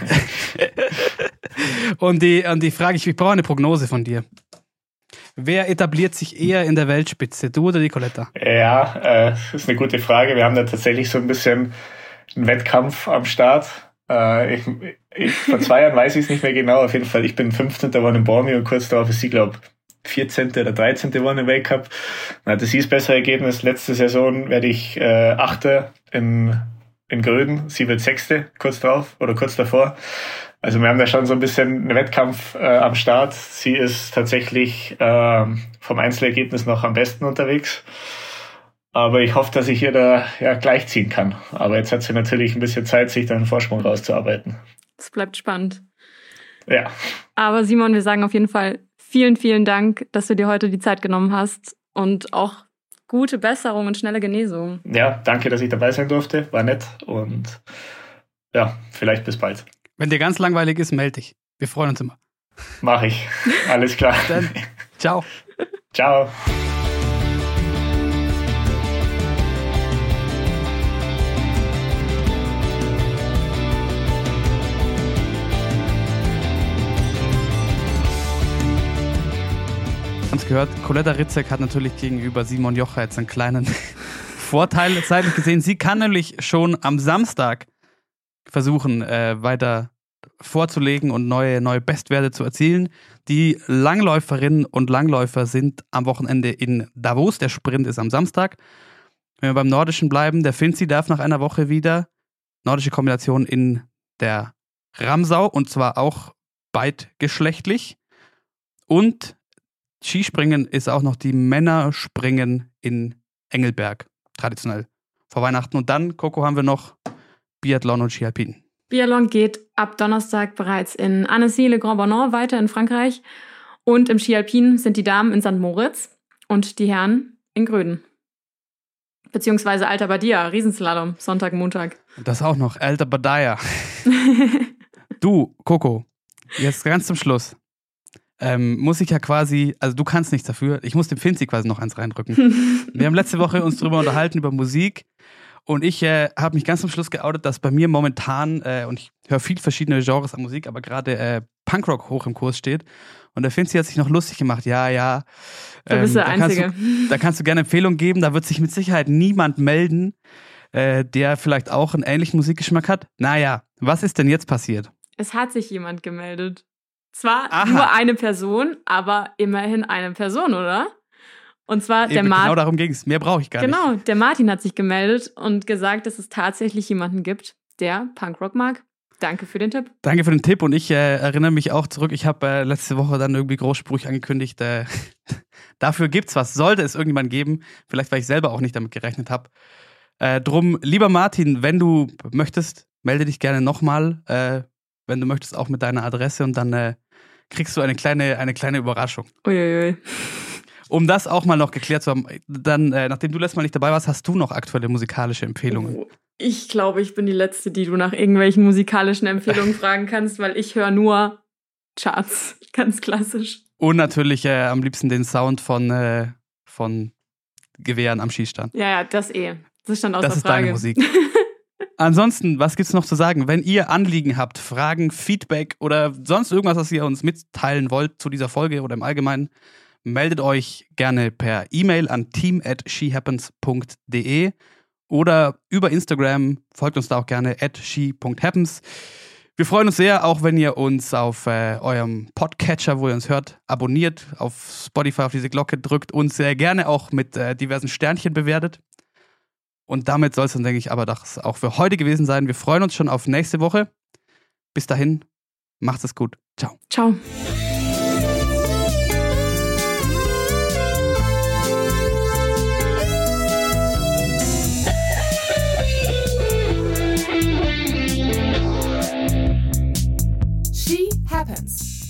und die, und die Frage, ich, ich brauche eine Prognose von dir. Wer etabliert sich eher in der Weltspitze, du oder die Coletta? Ja, äh, das ist eine gute Frage. Wir haben da tatsächlich so ein bisschen einen Wettkampf am Start. Äh, ich, ich, vor zwei Jahren weiß ich es nicht mehr genau. Auf jeden Fall, ich bin fünfzehnter geworden in Bormio und kurz darauf ist sie, glaube ich, vierzehnter oder dreizehnter geworden im Weltcup. Dann hatte sie das bessere Ergebnis. Letzte Saison werde ich äh, Achter in, in Gröden. Sie wird Sechste kurz drauf oder kurz davor. Also wir haben da schon so ein bisschen einen Wettkampf äh, am Start. Sie ist tatsächlich äh, vom Einzelergebnis noch am besten unterwegs. Aber ich hoffe, dass ich ihr da ja, gleichziehen kann. Aber jetzt hat sie natürlich ein bisschen Zeit, sich da einen Vorsprung rauszuarbeiten. Es bleibt spannend. Ja. Aber Simon, wir sagen auf jeden Fall vielen, vielen Dank, dass du dir heute die Zeit genommen hast und auch gute Besserung und schnelle Genesung. Ja, danke, dass ich dabei sein durfte. War nett und ja, vielleicht bis bald. Wenn dir ganz langweilig ist, melde dich. Wir freuen uns immer. Mach ich. Alles klar. Dann, ciao. Ciao. Wir haben es gehört, Coletta Ritzek hat natürlich gegenüber Simon Jocha jetzt einen kleinen Vorteil zeitlich gesehen. Sie kann nämlich schon am Samstag versuchen, äh, weiter vorzulegen und neue, neue Bestwerte zu erzielen. Die Langläuferinnen und Langläufer sind am Wochenende in Davos. Der Sprint ist am Samstag. Wenn wir beim Nordischen bleiben, der Finzi darf nach einer Woche wieder. Nordische Kombination in der Ramsau und zwar auch beidgeschlechtlich. Und Skispringen ist auch noch die Männerspringen in Engelberg, traditionell vor Weihnachten. Und dann, Coco, haben wir noch Biathlon und Ski Alpin. Biathlon geht ab Donnerstag bereits in Annecy-le-Grand-Bornand weiter in Frankreich. Und im Ski Alpin sind die Damen in Sankt Moritz und die Herren in Gröden. Beziehungsweise Alta Badia, Riesenslalom, Sonntag, Montag. Das auch noch, Alta Badia. Du, Coco, jetzt ganz zum Schluss. Ähm, muss ich ja quasi, also du kannst nichts dafür, ich muss dem Finzi quasi noch eins reindrücken. Wir haben letzte Woche uns drüber unterhalten, über Musik. Und ich äh, habe mich ganz zum Schluss geoutet, dass bei mir momentan, äh, und ich höre viel verschiedene Genres an Musik, aber gerade äh, Punkrock hoch im Kurs steht. Und der Finzi hat sich noch lustig gemacht. Ja, ja. Ähm, du bist der da Einzige. Kannst du, da kannst du gerne Empfehlungen geben. Da wird sich mit Sicherheit niemand melden, äh, der vielleicht auch einen ähnlichen Musikgeschmack hat. Naja, was ist denn jetzt passiert? Es hat sich jemand gemeldet. Zwar Aha. nur eine Person, aber immerhin eine Person, oder? Und zwar der Eben, Martin. Genau darum ging es. Mehr brauche ich gar genau, nicht. der Martin hat sich gemeldet und gesagt, dass es tatsächlich jemanden gibt, der Punkrock mag. Danke für den Tipp. Danke für den Tipp und ich äh, erinnere mich auch zurück. Ich habe äh, letzte Woche dann irgendwie großspurig angekündigt, äh, dafür gibt's was. Sollte es irgendjemand geben, vielleicht weil ich selber auch nicht damit gerechnet habe. Äh, drum, lieber Martin, wenn du möchtest, melde dich gerne nochmal. Äh, wenn du möchtest, auch mit deiner Adresse und dann äh, kriegst du eine kleine, eine kleine Überraschung. Uiuiui. Um das auch mal noch geklärt zu haben, dann, äh, nachdem du letztes Mal nicht dabei warst, hast du noch aktuelle musikalische Empfehlungen? Oh, ich glaube, ich bin die Letzte, die du nach irgendwelchen musikalischen Empfehlungen fragen kannst, weil ich höre nur Charts, ganz klassisch. Und natürlich äh, am liebsten den Sound von, äh, von Gewehren am Schießstand. Ja, ja, das eh. Das stand außer Das ist Frage. deine Musik. Ansonsten, was gibt's noch zu sagen? Wenn ihr Anliegen habt, Fragen, Feedback oder sonst irgendwas, was ihr uns mitteilen wollt zu dieser Folge oder im Allgemeinen, meldet euch gerne per E-Mail an team at shehappens punkt de oder über Instagram, folgt uns da auch gerne at she punkt happens. Wir freuen uns sehr, auch wenn ihr uns auf äh, eurem Podcatcher, wo ihr uns hört, abonniert, auf Spotify auf diese Glocke drückt, uns sehr gerne auch mit äh, diversen Sternchen bewertet. Und damit soll es dann, denke ich, aber das auch für heute gewesen sein. Wir freuen uns schon auf nächste Woche. Bis dahin, macht's es gut. Ciao. Ciao. She Happens.